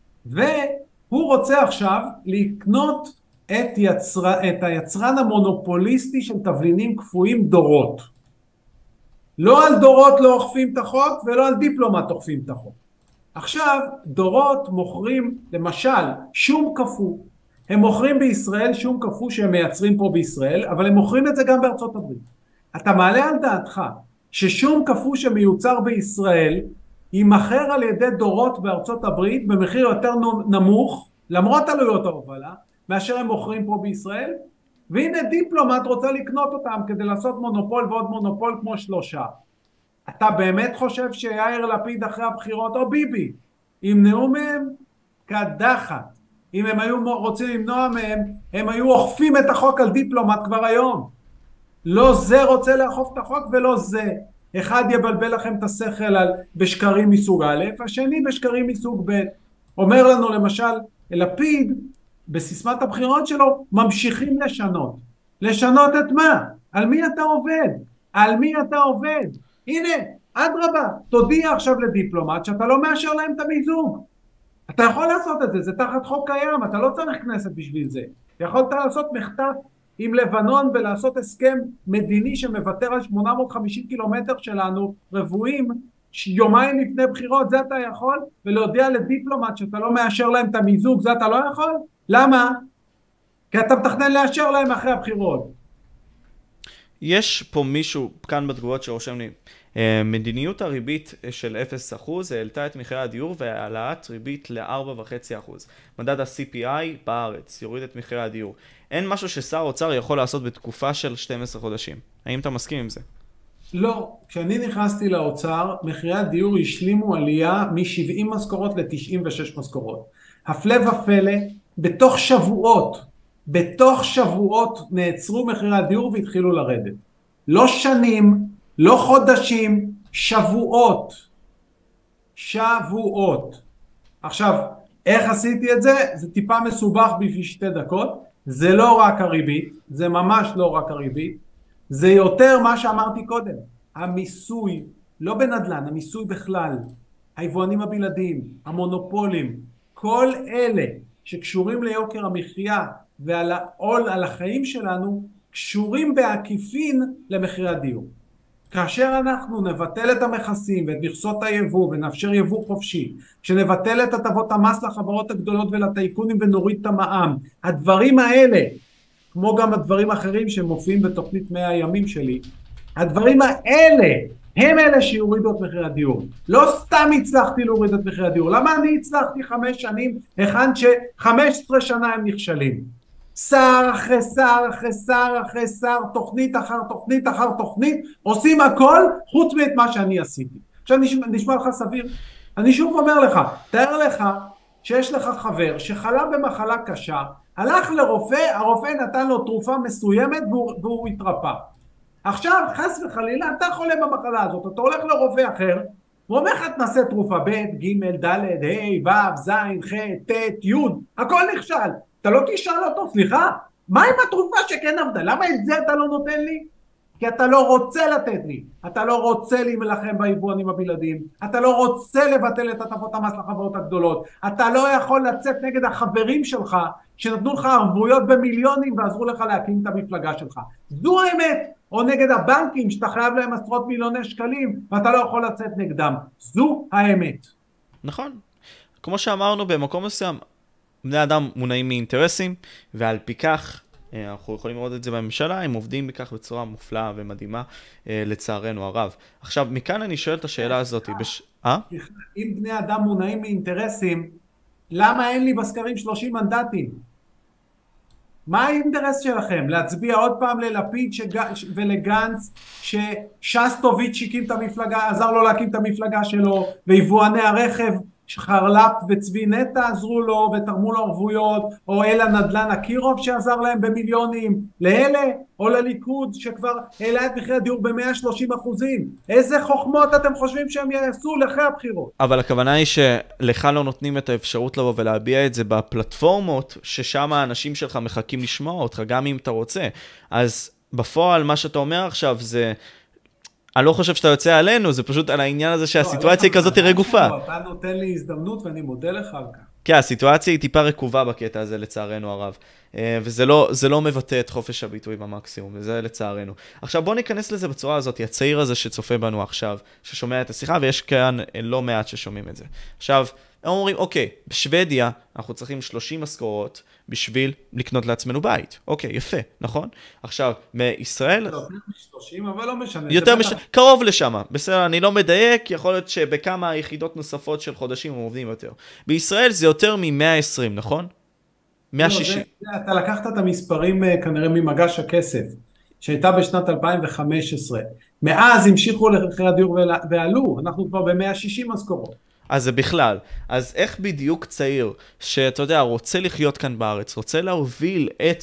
B: והוא רוצה עכשיו לקנות את, יצר, את היצרן המונופוליסטי של תבלינים קפואים דורות. לא על דורות לא אוכפים את החוק ולא על דיפלומט אוכפים את החוק. עכשיו, דורות מוכרים, למשל, שום קפוא. הם מוכרים בישראל שום קפוא שהם מייצרים פה בישראל, אבל הם מוכרים את זה גם בארצות הברית. אתה מעלה על דעתך ששום קפוא שמיוצר בישראל יימכר על ידי דורות בארצות הברית במחיר יותר נמוך, למרות עלויות ההובלה, מאשר הם מוכרים פה בישראל? והנה דיפלומט רוצה לקנות אותם כדי לעשות מונופול ועוד מונופול כמו שלושה. אתה באמת חושב שיאיר לפיד אחרי הבחירות או ביבי ימנעו מהם? קדחת. אם הם היו רוצים למנוע מהם, הם היו אוכפים את החוק על דיפלומט כבר היום. לא זה רוצה לאכוף את החוק ולא זה. אחד יבלבל לכם את השכל על בשקרים מסוג א', השני בשקרים מסוג ב'. אומר לנו למשל לפיד בסיסמת הבחירות שלו ממשיכים לשנות. לשנות את מה? על מי אתה עובד? על מי אתה עובד? הנה, אדרבה, תודיע עכשיו לדיפלומט שאתה לא מאשר להם את המיזוג. אתה יכול לעשות את זה, זה תחת חוק קיים, אתה לא צריך כנסת בשביל זה. יכולת לעשות מחטף עם לבנון ולעשות הסכם מדיני שמוותר על שמונה מאות וחמישים קילומטר שלנו רבועים, יומיים לפני בחירות, זה אתה יכול? ולהודיע לדיפלומט שאתה לא מאשר להם את המיזוג, זה אתה לא יכול? למה? כי אתה מתכנן לאשר להם אחרי הבחירות.
A: יש פה מישהו כאן בתגובות שרושם לי, מדיניות הריבית של אפס אחוז העלתה את מחירי הדיור והעלאת ריבית ל-ארבע נקודה חמש אחוז. מדד ה-סי פי איי בארץ יוריד את מחירי הדיור. אין משהו ששר אוצר יכול לעשות בתקופה של שנים עשר חודשים. האם אתה מסכים עם זה?
B: לא. כשאני נכנסתי לאוצר, מחירי הדיור השלימו עלייה מ-שבעים משכורות ל-תשעים ושש משכורות. הפלא ופלא, בתוך שבועות, בתוך שבועות נעצרו מחירי הדיור והתחילו לרדת. לא שנים, לא חודשים, שבועות. שבועות. עכשיו, איך עשיתי את זה? זה טיפה מסובך בשביל שתי דקות. זה לא רק הריבית, זה ממש לא רק הריבית. זה יותר מה שאמרתי קודם. המיסוי, לא בנדל"ן, המיסוי בכלל. היבואנים הבלעדיים, המונופולים, כל אלה שקשורים ליוקר המחיה ועל העול על החיים שלנו, קשורים בעקיפין למחירי הדיור. כאשר אנחנו נבטל את המכסים ואת מכסות היבוא ונאפשר יבוא חופשי, כשנבטל את הטבות המס לחברות הגדולות ולטייקונים ונוריד את המע"מ, הדברים האלה, כמו גם הדברים האחרים שמופיעים בתוכנית מאה הימים שלי, הדברים האלה הם אלה שיורידו את מחיר הדיור. לא סתם הצלחתי להוריד את מחיר הדיור. למה אני הצלחתי חמש שנים, היכן שחמש עשרה שנה הם נכשלים? שר אחרי שר אחרי שר אחרי שר, תוכנית אחר תוכנית אחר תוכנית, עושים הכל חוץ מאת מה שאני עשיתי. עכשיו נשמע, נשמע לך סביר? אני שוב אומר לך, תאר לך שיש לך חבר שחלה במחלה קשה, הלך לרופא, הרופא נתן לו תרופה מסוימת והוא, והוא התרפא. עכשיו, חס וחלילה, אתה חולה במחלה הזאת, אתה הולך לרופא אחר, הוא אומר לך, תנסה תרופה ב', ג', ד', ה', ו', ז', ח', ט', י', הכל נכשל. אתה לא תשאל אותו, סליחה, מה עם התרופה שכן עבדה? למה את זה אתה לא נותן לי? כי אתה לא רוצה לתת לי, אתה לא רוצה להילחם ביבואנים הבלעדיים, אתה לא רוצה לבטל את הטבות המס לחברות הגדולות, אתה לא יכול לצאת נגד החברים שלך שנתנו לך ערבויות במיליונים ועזרו לך להקים את המפלגה שלך. זו האמת. או נגד הבנקים שאתה חייב להם עשרות מיליוני שקלים ואתה לא יכול לצאת נגדם. זו האמת.
A: נכון. כמו שאמרנו, במקום מסוים, בני אדם מונעים מאינטרסים, ועל פי כך, אנחנו יכולים לראות את זה בממשלה, הם עובדים בכך בצורה מופלאה ומדהימה, לצערנו הרב. עכשיו, מכאן אני שואל את השאלה הזאת. בש... אה?
B: אם בני אדם מונעים מאינטרסים, למה אין לי בסקרים שלושים מנדטים? מה האינטרס שלכם? להצביע עוד פעם ללפיד שג... ולגנץ ששסטוביץ' הקים את המפלגה, עזר לו להקים את המפלגה שלו, ויבואני הרכב שחרל"פ וצבי נטע עזרו לו ותרמו לו ערבויות, או אלה נדל"ן אקירוב שעזר להם במיליונים, לאלה או לליכוד שכבר העלה את מחיר הדיור ב-מאה ושלושים אחוזים. איזה חוכמות אתם חושבים שהם יעשו לאחרי הבחירות?
A: אבל הכוונה היא שלך לא נותנים את האפשרות לבוא ולהביע את זה בפלטפורמות ששם האנשים שלך מחכים לשמוע אותך, גם אם אתה רוצה. אז בפועל מה שאתה אומר עכשיו זה... אני לא חושב שאתה יוצא עלינו, זה פשוט על העניין הזה שהסיטואציה היא כזאת תראה גופה.
B: אתה נותן לי הזדמנות ואני מודה לך על כך.
A: כן, הסיטואציה היא טיפה רקובה בקטע הזה לצערנו הרב. וזה לא, זה לא מבטא את חופש הביטוי במקסימום, וזה לצערנו. עכשיו בוא ניכנס לזה בצורה הזאת, הצעיר הזה שצופה בנו עכשיו, ששומע את השיחה, ויש כאן לא מעט ששומעים את זה. עכשיו, הם אומרים, אוקיי, בשוודיה אנחנו צריכים שלושים משכורות בשביל לקנות לעצמנו בית. אוקיי, יפה, נכון? עכשיו, מישראל...
B: יותר מ-שלושים, אבל לא משנה.
A: יותר מש... קרוב לשם. בסדר, אני לא מדייק, יכול להיות שבכמה יחידות נוספות של חודשים הם עובדים יותר. בישראל זה יותר מ-מאה ועשרים, נכון? מאה ושישים.
B: לא, אתה לקחת את המספרים כנראה ממגש הכסף, שהייתה בשנת אלפיים וחמש עשרה. מאז המשיכו למחירי הדיור ועלו, אנחנו כבר ב-מאה ושישים משכורות.
A: אז זה בכלל. אז איך בדיוק צעיר שאתה יודע, רוצה לחיות כאן בארץ, רוצה להוביל את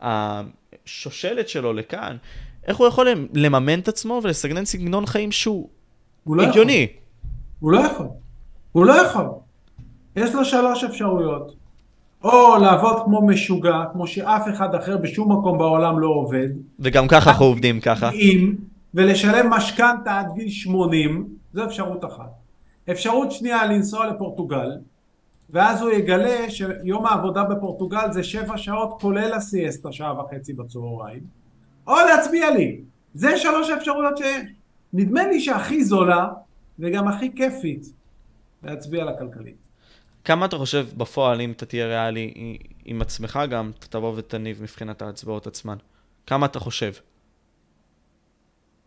A: השושלת שלו לכאן, איך הוא יכול לממן את עצמו ולסגנן סגנון חיים שהוא הגיוני?
B: הוא לא יכול. הוא לא יכול. יש לו שלוש אפשרויות. או לעבוד כמו משוגע, כמו שאף אחד אחר בשום מקום בעולם לא עובד.
A: וגם ככה אנחנו עובדים ככה.
B: ולשלם משכנתה עד גיל שמונים, זו אפשרות אחת. אפשרות שנייה לנסוע לפורטוגל, ואז הוא יגלה שיום העבודה בפורטוגל זה שבע שעות כולל הסיאסטה, שעה וחצי בצהריים, או להצביע לי. זה שלוש אפשרויות שנדמה לי שהכי זולה וגם הכי כיפית להצביע לכלכלית.
A: כמה אתה חושב בפועל, אם אתה תהיה ריאלי עם עצמך גם, אתה תבוא ותניב מבחינת ההצבעות עצמן? כמה אתה חושב?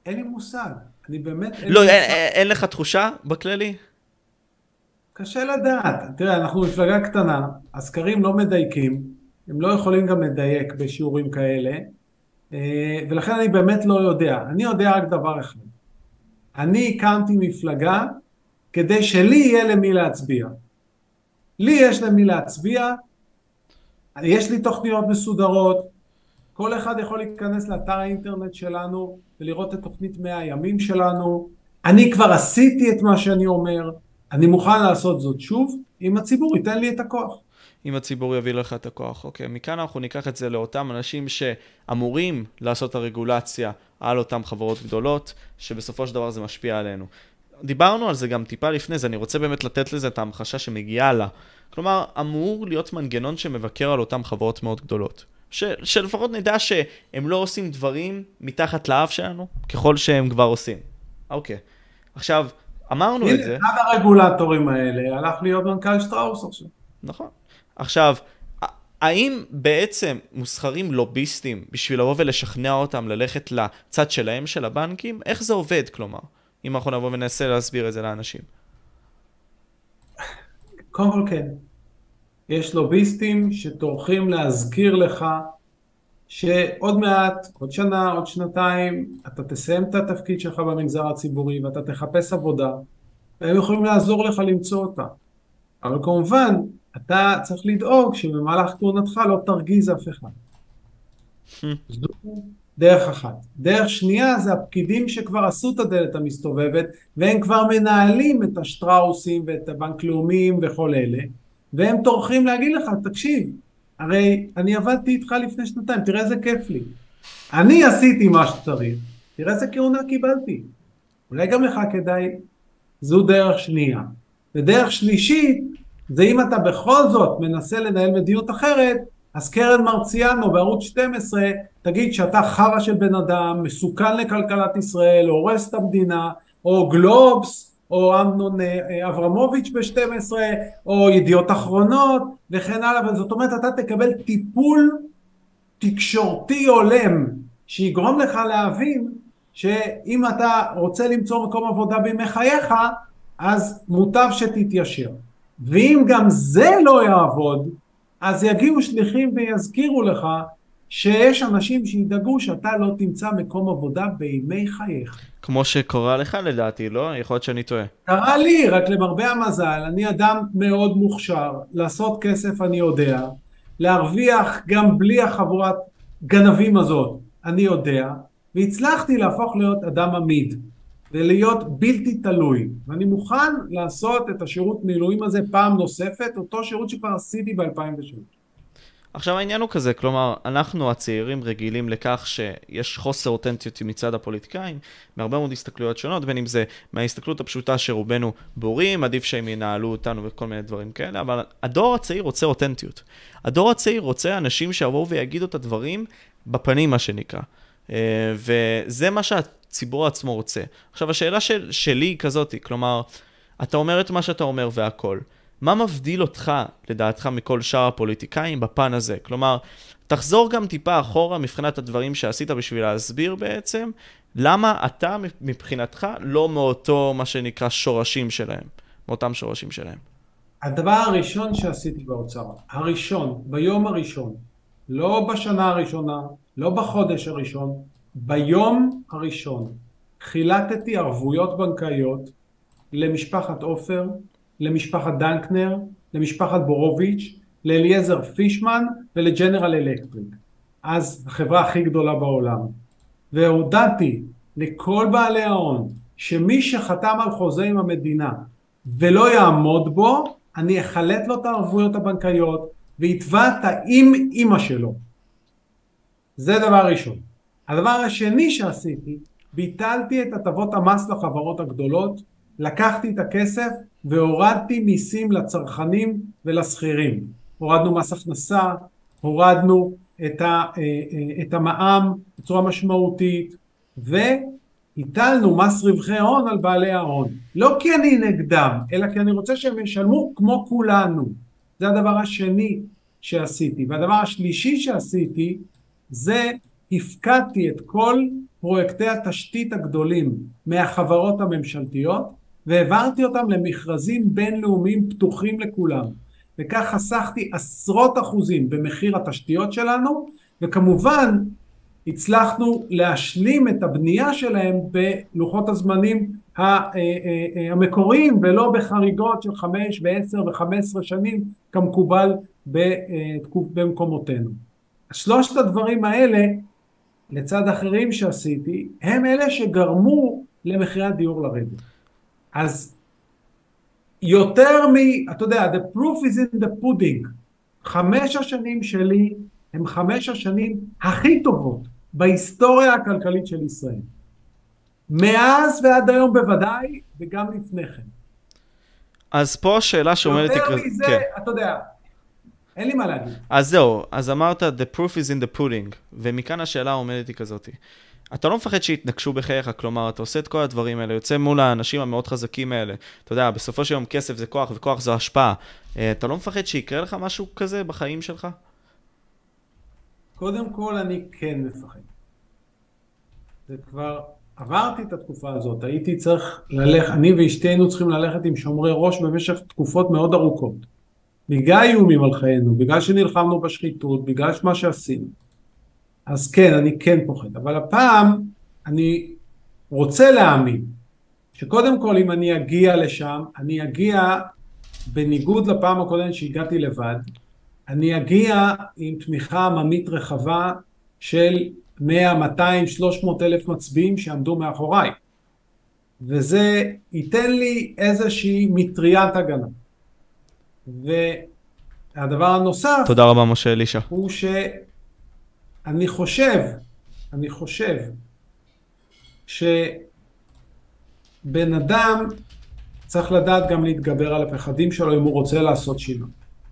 B: אין לי מושג. אני באמת... אין
A: לא,
B: לי
A: אין,
B: מושג.
A: אין, אין לך תחושה בכללי?
B: קשה לדעת. תראה, אנחנו מפלגה קטנה, הסקרים לא מדייקים, הם לא יכולים גם לדייק בשיעורים כאלה, אה, ולכן אני באמת לא יודע. אני יודע רק דבר אחד. אני הקמתי מפלגה כדי שלי יהיה למי להצביע. לי יש למי להצביע, יש לי תוכניות מסודרות, כל אחד יכול להיכנס לאתר האינטרנט שלנו ולראות את תוכנית מאה הימים שלנו. אני כבר עשיתי את מה שאני אומר, אני מוכן לעשות זאת שוב, אם הציבור ייתן לי את הכוח.
A: אם הציבור יביא לך את הכוח, אוקיי. מכאן אנחנו ניקח את זה לאותם אנשים שאמורים לעשות את הרגולציה על אותם חברות גדולות, שבסופו של דבר זה משפיע עלינו. דיברנו על זה גם טיפה לפני זה, אני רוצה באמת לתת לזה את ההמחשה שמגיעה לה. כלומר, אמור להיות מנגנון שמבקר על אותם חברות מאוד גדולות. ש, שלפחות נדע שהם לא עושים דברים מתחת לאף שלנו, ככל שהם כבר עושים. אוקיי. עכשיו, אמרנו את זה.
B: הנה, אחד הרגולטורים האלה הלך להיות מנכ"ל שטראוס עכשיו.
A: נכון. עכשיו, האם בעצם מוסחרים לוביסטים בשביל לבוא ולשכנע אותם ללכת לצד שלהם של הבנקים? איך זה עובד, כלומר? אם אנחנו נבוא וננסה להסביר את זה לאנשים.
B: קודם כל כן. יש לוביסטים שטורחים להזכיר לך שעוד מעט, עוד שנה, עוד שנתיים, אתה תסיים את התפקיד שלך במגזר הציבורי ואתה תחפש עבודה, והם יכולים לעזור לך למצוא אותה. אבל כמובן, אתה צריך לדאוג שבמהלך כהונתך לא תרגיז אף אחד. זו דרך אחת. דרך שנייה זה הפקידים שכבר עשו את הדלת המסתובבת, והם כבר מנהלים את השטראוסים ואת הבנק לאומיים וכל אלה, והם טורחים להגיד לך, תקשיב, הרי אני עבדתי איתך לפני שנתיים, תראה איזה כיף לי. אני עשיתי מה שצריך, תראה איזה כהונה קיבלתי. אולי גם לך כדאי. זו דרך שנייה. ודרך שלישית, זה אם אתה בכל זאת מנסה לנהל מדיניות אחרת, אז קרן מרציאנו בערוץ שתים עשרה תגיד שאתה חרא של בן אדם, מסוכן לכלכלת ישראל, הורס את המדינה, או גלובס, או אמנון אברמוביץ' ב-שתים עשרה, או ידיעות אחרונות, וכן הלאה. וזאת אומרת, אתה תקבל טיפול תקשורתי הולם, שיגרום לך להבין שאם אתה רוצה למצוא מקום עבודה בימי חייך, אז מוטב שתתיישר. ואם גם זה לא יעבוד, אז יגיעו שליחים ויזכירו לך שיש אנשים שידאגו שאתה לא תמצא מקום עבודה בימי חייך.
A: כמו שקורה לך לדעתי, לא? יכול להיות שאני טועה.
B: קרה לי, רק למרבה המזל, אני אדם מאוד מוכשר, לעשות כסף אני יודע, להרוויח גם בלי החבורת גנבים הזאת, אני יודע, והצלחתי להפוך להיות אדם עמיד, ולהיות בלתי תלוי, ואני מוכן לעשות את השירות מילואים הזה פעם נוספת, אותו שירות שכבר עשיתי ב-אלפיים ושש.
A: עכשיו העניין הוא כזה, כלומר, אנחנו הצעירים רגילים לכך שיש חוסר אותנטיות מצד הפוליטיקאים, מהרבה מאוד הסתכלויות שונות, בין אם זה מההסתכלות הפשוטה שרובנו בורים, עדיף שהם ינהלו אותנו וכל מיני דברים כאלה, אבל הדור הצעיר רוצה אותנטיות. הדור הצעיר רוצה אנשים שיבואו ויגידו את הדברים בפנים, מה שנקרא. וזה מה שהציבור עצמו רוצה. עכשיו, השאלה של, שלי היא כזאת, כלומר, אתה אומר את מה שאתה אומר והכל. מה מבדיל אותך, לדעתך, מכל שאר הפוליטיקאים בפן הזה? כלומר, תחזור גם טיפה אחורה מבחינת הדברים שעשית בשביל להסביר בעצם, למה אתה מבחינתך לא מאותו מה שנקרא שורשים שלהם, מאותם שורשים שלהם.
B: הדבר הראשון שעשיתי באוצר, הראשון, ביום הראשון, לא בשנה הראשונה, לא בחודש הראשון, ביום הראשון, חילטתי ערבויות בנקאיות למשפחת עופר, למשפחת דנקנר, למשפחת בורוביץ', לאליעזר פישמן ולג'נרל אלקטריק. אז החברה הכי גדולה בעולם. והודעתי לכל בעלי ההון שמי שחתם על חוזה עם המדינה ולא יעמוד בו, אני אחלט לו את הערבויות הבנקאיות ויתבע את האם אמא שלו. זה דבר ראשון. הדבר השני שעשיתי, ביטלתי את הטבות המס לחברות הגדולות, לקחתי את הכסף והורדתי מיסים לצרכנים ולשכירים. הורדנו מס הכנסה, הורדנו את, ה, את המע"מ בצורה משמעותית, והטלנו מס רווחי הון על בעלי ההון. לא כי אני נגדם, אלא כי אני רוצה שהם ישלמו כמו כולנו. זה הדבר השני שעשיתי. והדבר השלישי שעשיתי, זה הפקדתי את כל פרויקטי התשתית הגדולים מהחברות הממשלתיות, והעברתי אותם למכרזים בינלאומיים פתוחים לכולם. וכך חסכתי עשרות אחוזים במחיר התשתיות שלנו, וכמובן הצלחנו להשלים את הבנייה שלהם בלוחות הזמנים המקוריים, ולא בחריגות של חמש ועשר וחמש עשרה שנים כמקובל במקומותינו. שלושת הדברים האלה, לצד אחרים שעשיתי, הם אלה שגרמו למחירי הדיור לרדת. אז יותר מ... אתה יודע, the proof is in the pudding. חמש השנים שלי הם חמש השנים הכי טובות בהיסטוריה הכלכלית של ישראל. מאז ועד היום בוודאי, וגם לפני כן.
A: אז פה השאלה שעומדת...
B: יותר מזה, כן. אתה יודע, אין לי מה להגיד.
A: אז זהו, אז אמרת, the proof is in the pudding, ומכאן השאלה עומדת היא כזאת. אתה לא מפחד שיתנקשו בחייך, כלומר, אתה עושה את כל הדברים האלה, יוצא מול האנשים המאוד חזקים האלה. אתה יודע, בסופו של יום כסף זה כוח, וכוח זו השפעה. אתה לא מפחד שיקרה לך משהו כזה בחיים שלך?
B: קודם כל, אני כן מפחד. זה כבר... עברתי את התקופה הזאת, הייתי צריך ללכת, אני ואשתי היינו צריכים ללכת עם שומרי ראש במשך תקופות מאוד ארוכות. בגלל איומים על חיינו, בגלל שנלחמנו בשחיתות, בגלל מה שעשינו. אז כן, אני כן פוחד. אבל הפעם אני רוצה להאמין, שקודם כל אם אני אגיע לשם, אני אגיע בניגוד לפעם הקודמת שהגעתי לבד, אני אגיע עם תמיכה עממית רחבה של מאה, מאתיים, שלוש מאות אלף מצביעים שעמדו מאחוריי. וזה ייתן לי איזושהי מטריית הגנה. והדבר הנוסף...
A: תודה רבה, משה אלישע.
B: הוא שאני חושב, אני חושב, שבן אדם צריך לדעת גם להתגבר על הפחדים שלו אם הוא רוצה לעשות שינוי.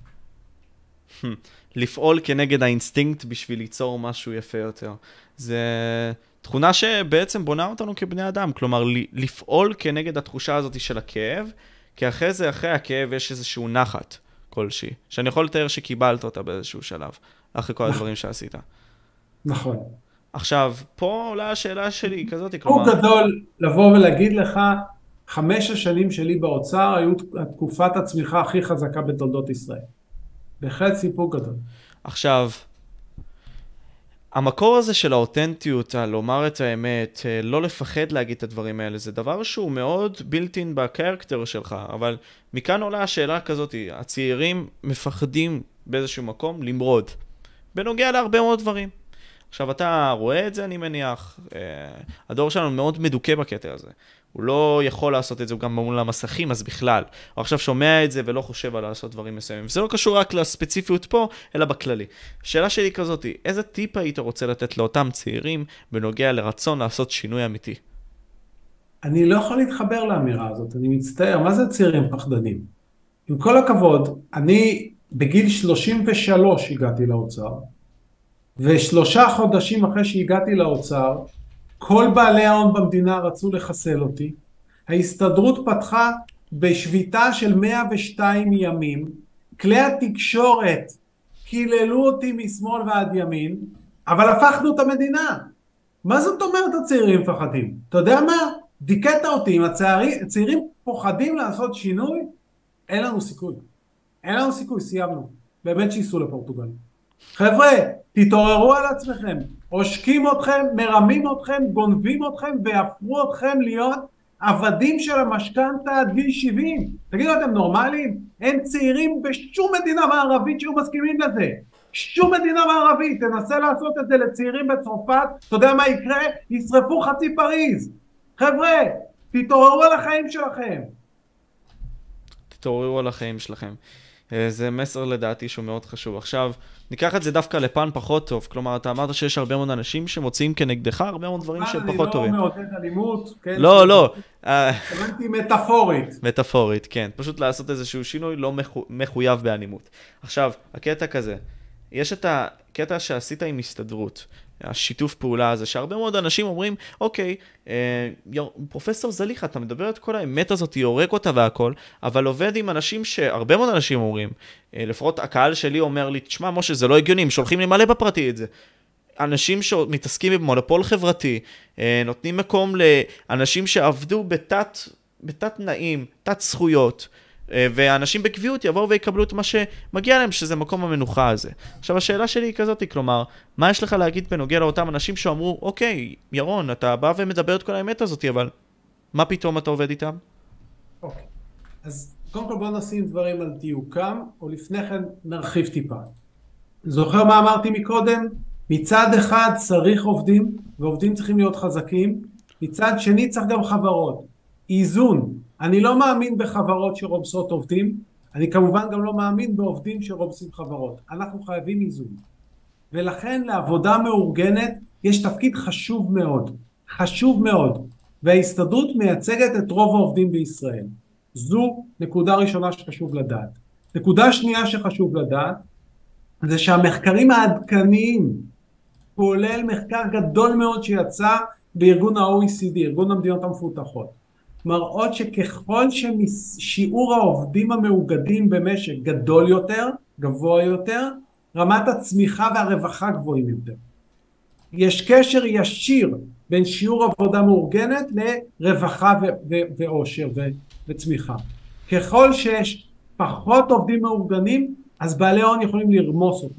A: לפעול כנגד האינסטינקט בשביל ליצור משהו יפה יותר. זה תכונה שבעצם בונה אותנו כבני אדם, כלומר לפעול כנגד התחושה הזאת של הכאב, כי אחרי זה, אחרי הכאב יש איזשהו נחת כלשהי, שאני יכול לתאר שקיבלת אותה באיזשהו שלב, אחרי כל הדברים שעשית.
B: נכון.
A: עכשיו, פה עולה השאלה שלי היא כזאת,
B: כלומר... הוא גדול לבוא ולהגיד לך, חמש השנים שלי באוצר היו תקופת הצמיחה הכי חזקה בתולדות ישראל. בהחלט סיפור גדול.
A: עכשיו, המקור הזה של האותנטיות, לומר את האמת, לא לפחד להגיד את הדברים האלה, זה דבר שהוא מאוד בילט-אין בקרקטר שלך, אבל מכאן עולה השאלה כזאת, הצעירים מפחדים באיזשהו מקום למרוד, בנוגע להרבה מאוד דברים. עכשיו, אתה רואה את זה, אני מניח, הדור שלנו מאוד מדוכא בקטע הזה. הוא לא יכול לעשות את זה גם מול המסכים, אז בכלל. הוא עכשיו שומע את זה ולא חושב על לעשות דברים מסוימים. וזה לא קשור רק לספציפיות פה, אלא בכללי. השאלה שלי כזאת, איזה טיפ היית רוצה לתת לאותם צעירים בנוגע לרצון לעשות שינוי אמיתי?
B: אני לא יכול להתחבר לאמירה הזאת, אני מצטער. מה זה צעירים פחדנים? עם כל הכבוד, אני בגיל שלושים ושלוש הגעתי לאוצר, ושלושה חודשים אחרי שהגעתי לאוצר, כל בעלי ההון במדינה רצו לחסל אותי. ההסתדרות פתחה בשביתה של מאה ושתיים ימים. כלי התקשורת קיללו אותי משמאל ועד ימין, אבל הפכנו את המדינה. מה זאת אומרת הצעירים מפחדים? אתה יודע מה? דיכאת אותי. אם הצעירים פוחדים לעשות שינוי, אין לנו סיכוי. אין לנו סיכוי, סיימנו. באמת שיסו לפורטוגל. חבר'ה, תתעוררו על עצמכם. עושקים אתכם, מרמים אתכם, גונבים אתכם, והפכו אתכם להיות עבדים של המשכנתה עד גיל שבעים. תגידו, אתם נורמליים? אין צעירים בשום מדינה מערבית שהיו מסכימים לזה. שום מדינה מערבית. תנסה לעשות את זה לצעירים בצרפת, אתה יודע מה יקרה? ישרפו חצי פריז. חבר'ה, תתעוררו על החיים שלכם.
A: תתעוררו על החיים שלכם. זה מסר לדעתי שהוא מאוד חשוב. עכשיו, ניקח את זה דווקא לפן פחות טוב. כלומר, אתה אמרת שיש הרבה מאוד אנשים שמוצאים כנגדך הרבה מאוד דברים שהם פחות טובים.
B: אני לא מעודד אלימות.
A: לא, לא.
B: הבנתי מטאפורית.
A: מטאפורית, כן. פשוט לעשות איזשהו שינוי לא מחויב באלימות. עכשיו, הקטע כזה, יש את הקטע שעשית עם הסתדרות. השיתוף פעולה הזה, שהרבה מאוד אנשים אומרים, אוקיי, אה, פרופסור זליכה, אתה מדבר את כל האמת הזאת, היא הורג אותה והכל, אבל עובד עם אנשים שהרבה מאוד אנשים אומרים, אה, לפחות הקהל שלי אומר לי, תשמע משה, זה לא הגיוני, שולחים לי מלא בפרטי את זה. אנשים שמתעסקים במונופול חברתי, נותנים מקום לאנשים שעבדו בתת, בתת תנאים, תת זכויות, ואנשים בקביעות יבואו ויקבלו את מה שמגיע להם, שזה מקום המנוחה הזה. עכשיו, השאלה שלי היא כזאת, כלומר, מה יש לך להגיד בנוגע לאותם אנשים שאמרו, אוקיי, ירון, אתה בא ומדבר את כל האמת הזאת, אבל מה פתאום אתה עובד איתם?
B: אוקיי, אז קודם כל בוא נשים דברים על דיוקם, או לפני כן נרחיב טיפה. זוכר מה אמרתי מקודם? מצד אחד צריך עובדים, ועובדים צריכים להיות חזקים, מצד שני צריך גם חברות. איזון. אני לא מאמין בחברות שרומסות עובדים, אני כמובן גם לא מאמין בעובדים שרומסים חברות. אנחנו חייבים איזון. ולכן לעבודה מאורגנת יש תפקיד חשוב מאוד, חשוב מאוד, וההסתדרות מייצגת את רוב העובדים בישראל. זו נקודה ראשונה שחשוב לדעת. נקודה שנייה שחשוב לדעת, זה שהמחקרים העדכניים, כולל מחקר גדול מאוד שיצא בארגון ה-או אי סי די, ארגון המדינות המפותחות, מראות שככל ששיעור העובדים המאוגדים במשק גדול יותר, גבוה יותר, רמת הצמיחה והרווחה גבוהים יותר. יש קשר ישיר בין שיעור עבודה מאורגנת לרווחה ועושר וצמיחה. ככל שיש פחות עובדים מאורגנים, אז בעלי הון יכולים לרמוס אותם.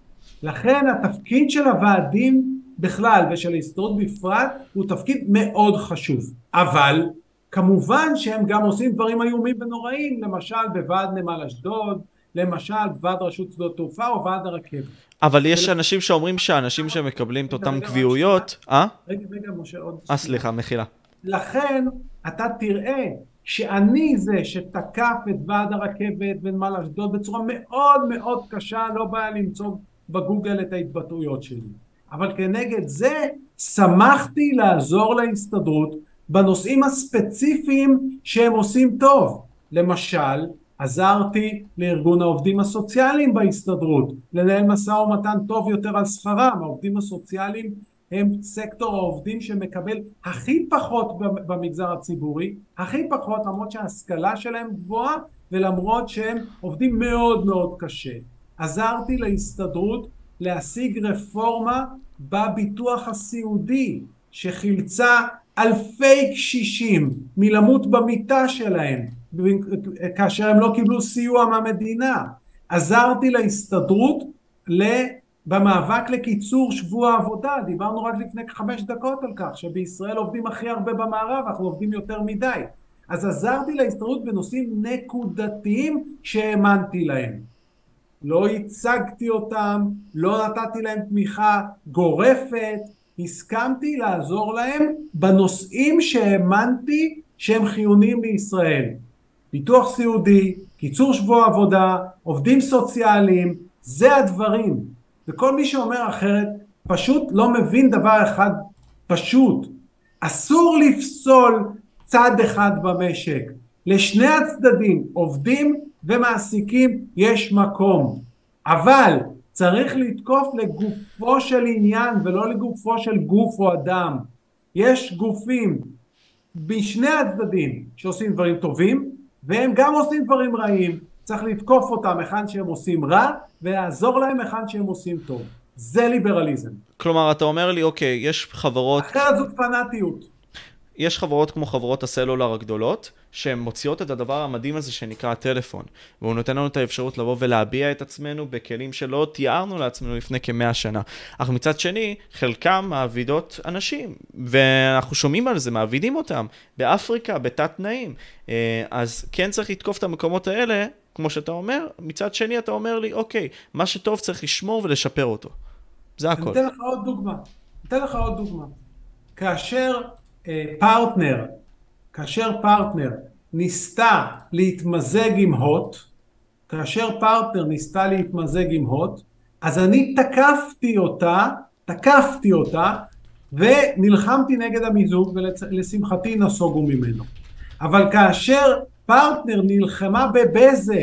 B: לכן התפקיד של הוועדים בכלל ושל ההסתדרות בפרט הוא תפקיד מאוד חשוב. אבל כמובן שהם גם עושים דברים איומים ונוראים, למשל בוועד נמל אשדוד, למשל בוועד רשות שדות תעופה או ועד הרכבת.
A: אבל יש אנשים שאומרים שהאנשים שמקבלים את אותם קביעויות, אה?
B: רגע, רגע, משה, עוד...
A: אה, סליחה, מחילה.
B: לכן אתה תראה שאני זה שתקף את ועד הרכבת ונמל אשדוד בצורה מאוד מאוד קשה, לא בא למצוא בגוגל את ההתבטאויות שלי. אבל כנגד זה שמחתי לעזור להסתדרות בנושאים הספציפיים שהם עושים טוב. למשל, עזרתי לארגון העובדים הסוציאליים בהסתדרות, לנהל משא ומתן טוב יותר על שכרם. העובדים הסוציאליים הם סקטור העובדים שמקבל הכי פחות במגזר הציבורי, הכי פחות למרות שההשכלה שלהם גבוהה ולמרות שהם עובדים מאוד מאוד קשה. עזרתי להסתדרות להשיג רפורמה בביטוח הסיעודי שחילצה אלפי קשישים מלמות במיטה שלהם כאשר הם לא קיבלו סיוע מהמדינה. עזרתי להסתדרות במאבק לקיצור שבוע העבודה, דיברנו רק לפני חמש דקות על כך שבישראל עובדים הכי הרבה במערב, אנחנו עובדים יותר מדי. אז עזרתי להסתדרות בנושאים נקודתיים שהאמנתי להם. לא הצגתי אותם, לא נתתי להם תמיכה גורפת, הסכמתי לעזור להם בנושאים שהאמנתי שהם חיוניים בישראל. ביטוח סיעודי, קיצור שבוע עבודה, עובדים סוציאליים, זה הדברים. וכל מי שאומר אחרת פשוט לא מבין דבר אחד פשוט. אסור לפסול צד אחד במשק. לשני הצדדים, עובדים ומעסיקים, יש מקום. אבל צריך לתקוף לגופו של עניין ולא לגופו של גוף או אדם. יש גופים בשני הצדדים שעושים דברים טובים, והם גם עושים דברים רעים. צריך לתקוף אותם היכן שהם עושים רע, ולעזור להם היכן שהם עושים טוב. זה ליברליזם.
A: כלומר, אתה אומר לי, אוקיי, יש חברות...
B: אחרת זאת פנאטיות.
A: יש חברות כמו חברות הסלולר הגדולות, שהן מוציאות את הדבר המדהים הזה שנקרא הטלפון, והוא נותן לנו את האפשרות לבוא ולהביע את עצמנו בכלים שלא תיארנו לעצמנו לפני כמאה שנה. אך מצד שני, חלקם מעבידות אנשים, ואנחנו שומעים על זה, מעבידים אותם, באפריקה, בתת תנאים. אז כן צריך לתקוף את המקומות האלה, כמו שאתה אומר, מצד שני אתה אומר לי, אוקיי, מה שטוב צריך לשמור ולשפר אותו. זה הכל.
B: אני אתן לך עוד דוגמה. אני אתן לך עוד דוגמה. כאשר פרטנר, כאשר פרטנר ניסתה להתמזג עם הוט, כאשר פרטנר ניסתה להתמזג עם הוט, אז אני תקפתי אותה, תקפתי אותה, ונלחמתי נגד המיזוג, ולשמחתי נסוגו ממנו. אבל כאשר פרטנר נלחמה בבזק,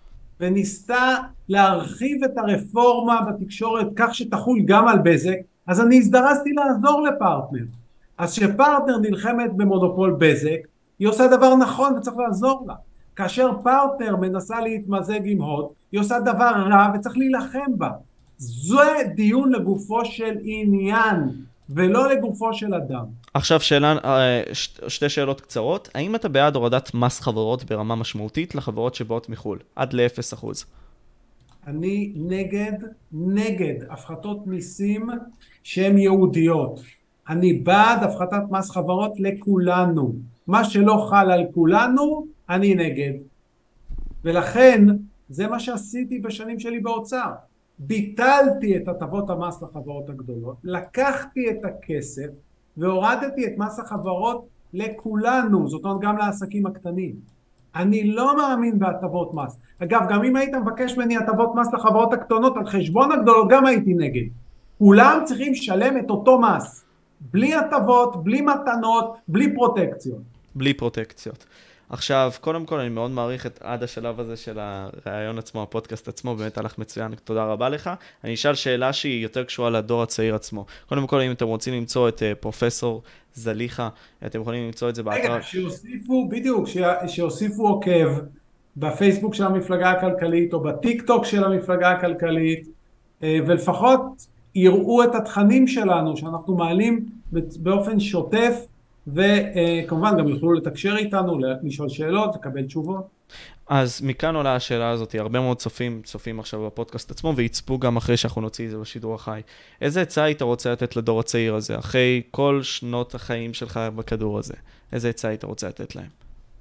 B: וניסתה להרחיב את הרפורמה בתקשורת כך שתחול גם על בזק, אז אני הזדרזתי לעזור לפרטנר. אז שפרטנר נלחמת במונופול בזק, היא עושה דבר נכון וצריך לעזור לה. כאשר פרטנר מנסה להתמזג עם הוט, היא עושה דבר רע וצריך להילחם בה. זה דיון לגופו של עניין, ולא לגופו של אדם.
A: עכשיו שאלה, שתי שאלות קצרות. האם אתה בעד הורדת מס חברות ברמה משמעותית לחברות שבאות מחול? עד ל-אפס אחוז.
B: אני נגד, נגד הפחתות מיסים שהן יהודיות. אני בעד הפחתת מס חברות לכולנו. מה שלא חל על כולנו, אני נגד. ולכן, זה מה שעשיתי בשנים שלי באוצר. ביטלתי את הטבות המס לחברות הגדולות, לקחתי את הכסף והורדתי את מס החברות לכולנו, זאת אומרת גם לעסקים הקטנים. אני לא מאמין בהטבות מס. אגב, גם אם היית מבקש ממני הטבות מס לחברות הקטנות על חשבון הגדולות, גם הייתי נגד. כולם צריכים לשלם את אותו מס. בלי הטבות, בלי מתנות, בלי פרוטקציות.
A: בלי פרוטקציות. עכשיו, קודם כל, אני מאוד מעריך את עד השלב הזה של הרעיון עצמו, הפודקאסט עצמו, באמת הלך מצוין, תודה רבה לך. אני אשאל שאלה שהיא יותר קשורה לדור הצעיר עצמו. קודם כל, אם אתם רוצים למצוא את פרופסור זליכה, אתם יכולים למצוא את זה באתר...
B: רגע, שיוסיפו, בדיוק, שיוסיפו עוקב בפייסבוק של המפלגה הכלכלית, או בטיק טוק של המפלגה הכלכלית, ולפחות יראו את התכנים שלנו, שאנחנו מעלים באופן שוטף, וכמובן גם יוכלו לתקשר איתנו, לשאול שאלות, לקבל תשובות.
A: אז מכאן עולה השאלה הזאת, הרבה מאוד צופים, צופים עכשיו בפודקאסט עצמו, ויצפו גם אחרי שאנחנו נוציא את זה בשידור החי. איזה עצה היית רוצה לתת לדור הצעיר הזה, אחרי כל שנות החיים שלך בכדור הזה? איזה עצה היית רוצה לתת להם?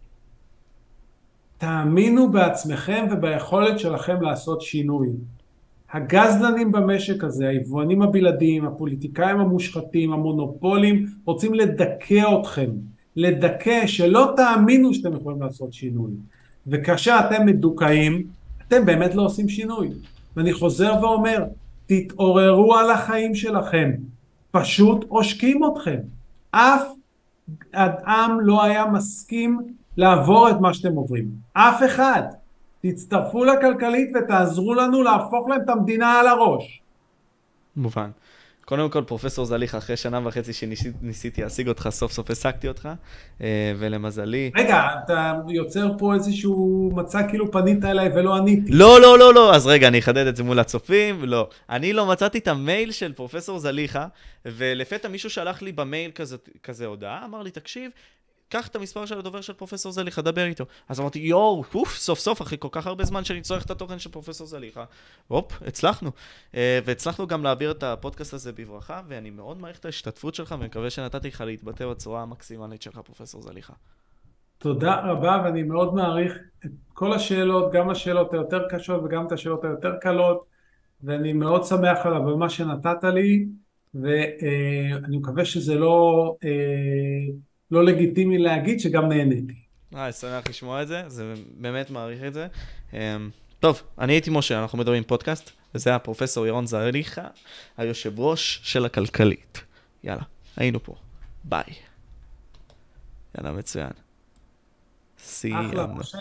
B: תאמינו בעצמכם וביכולת שלכם לעשות שינוי. הגזלנים במשק הזה, היבואנים הבלעדיים, הפוליטיקאים המושחתים, המונופולים, רוצים לדכא אתכם. לדכא, שלא תאמינו שאתם יכולים לעשות שינוי. וכאשר אתם מדוכאים, אתם באמת לא עושים שינוי. ואני חוזר ואומר, תתעוררו על החיים שלכם. פשוט עושקים אתכם. אף אדם לא היה מסכים לעבור את מה שאתם עוברים. אף אחד. תצטרפו לכלכלית ותעזרו לנו להפוך להם את המדינה על הראש.
A: מובן. קודם כל, פרופסור זליכה, אחרי שנה וחצי שניסיתי להשיג אותך, סוף סוף השגתי אותך, ולמזלי...
B: רגע, אתה יוצר פה איזשהו מצע כאילו פנית אליי ולא עניתי.
A: לא, לא, לא, לא, אז רגע, אני אחדד את זה מול הצופים, לא. אני לא מצאתי את המייל של פרופסור זליכה, ולפתע מישהו שלח לי במייל כזה, כזה הודעה, אמר לי, תקשיב, קח את המספר של הדובר של פרופסור זליכה, דבר איתו. אז אמרתי, יואו, אוף, סוף סוף, אחרי כל כך הרבה זמן שאני צורך את התוכן של פרופסור זליכה. הופ, הצלחנו. והצלחנו גם להעביר את הפודקאסט הזה בברכה, ואני מאוד מעריך את ההשתתפות שלך, ומקווה שנתתי לך להתבטא בצורה המקסימלית שלך, פרופסור זליכה.
B: תודה רבה, ואני מאוד מעריך את כל השאלות, גם השאלות היותר קשות וגם את השאלות היותר קלות, ואני מאוד שמח על הבמה שנתת לי, ואני מקווה שזה לא... לא לגיטימי להגיד שגם נהניתי.
A: אה, שמח לשמוע את זה, זה באמת מעריך את זה. טוב, אני הייתי משה, אנחנו מדברים פודקאסט, וזה הפרופסור ירון זליכה, היושב ראש של הכלכלית. יאללה, היינו פה. ביי. יאללה, מצוין.
B: אחלה, משה.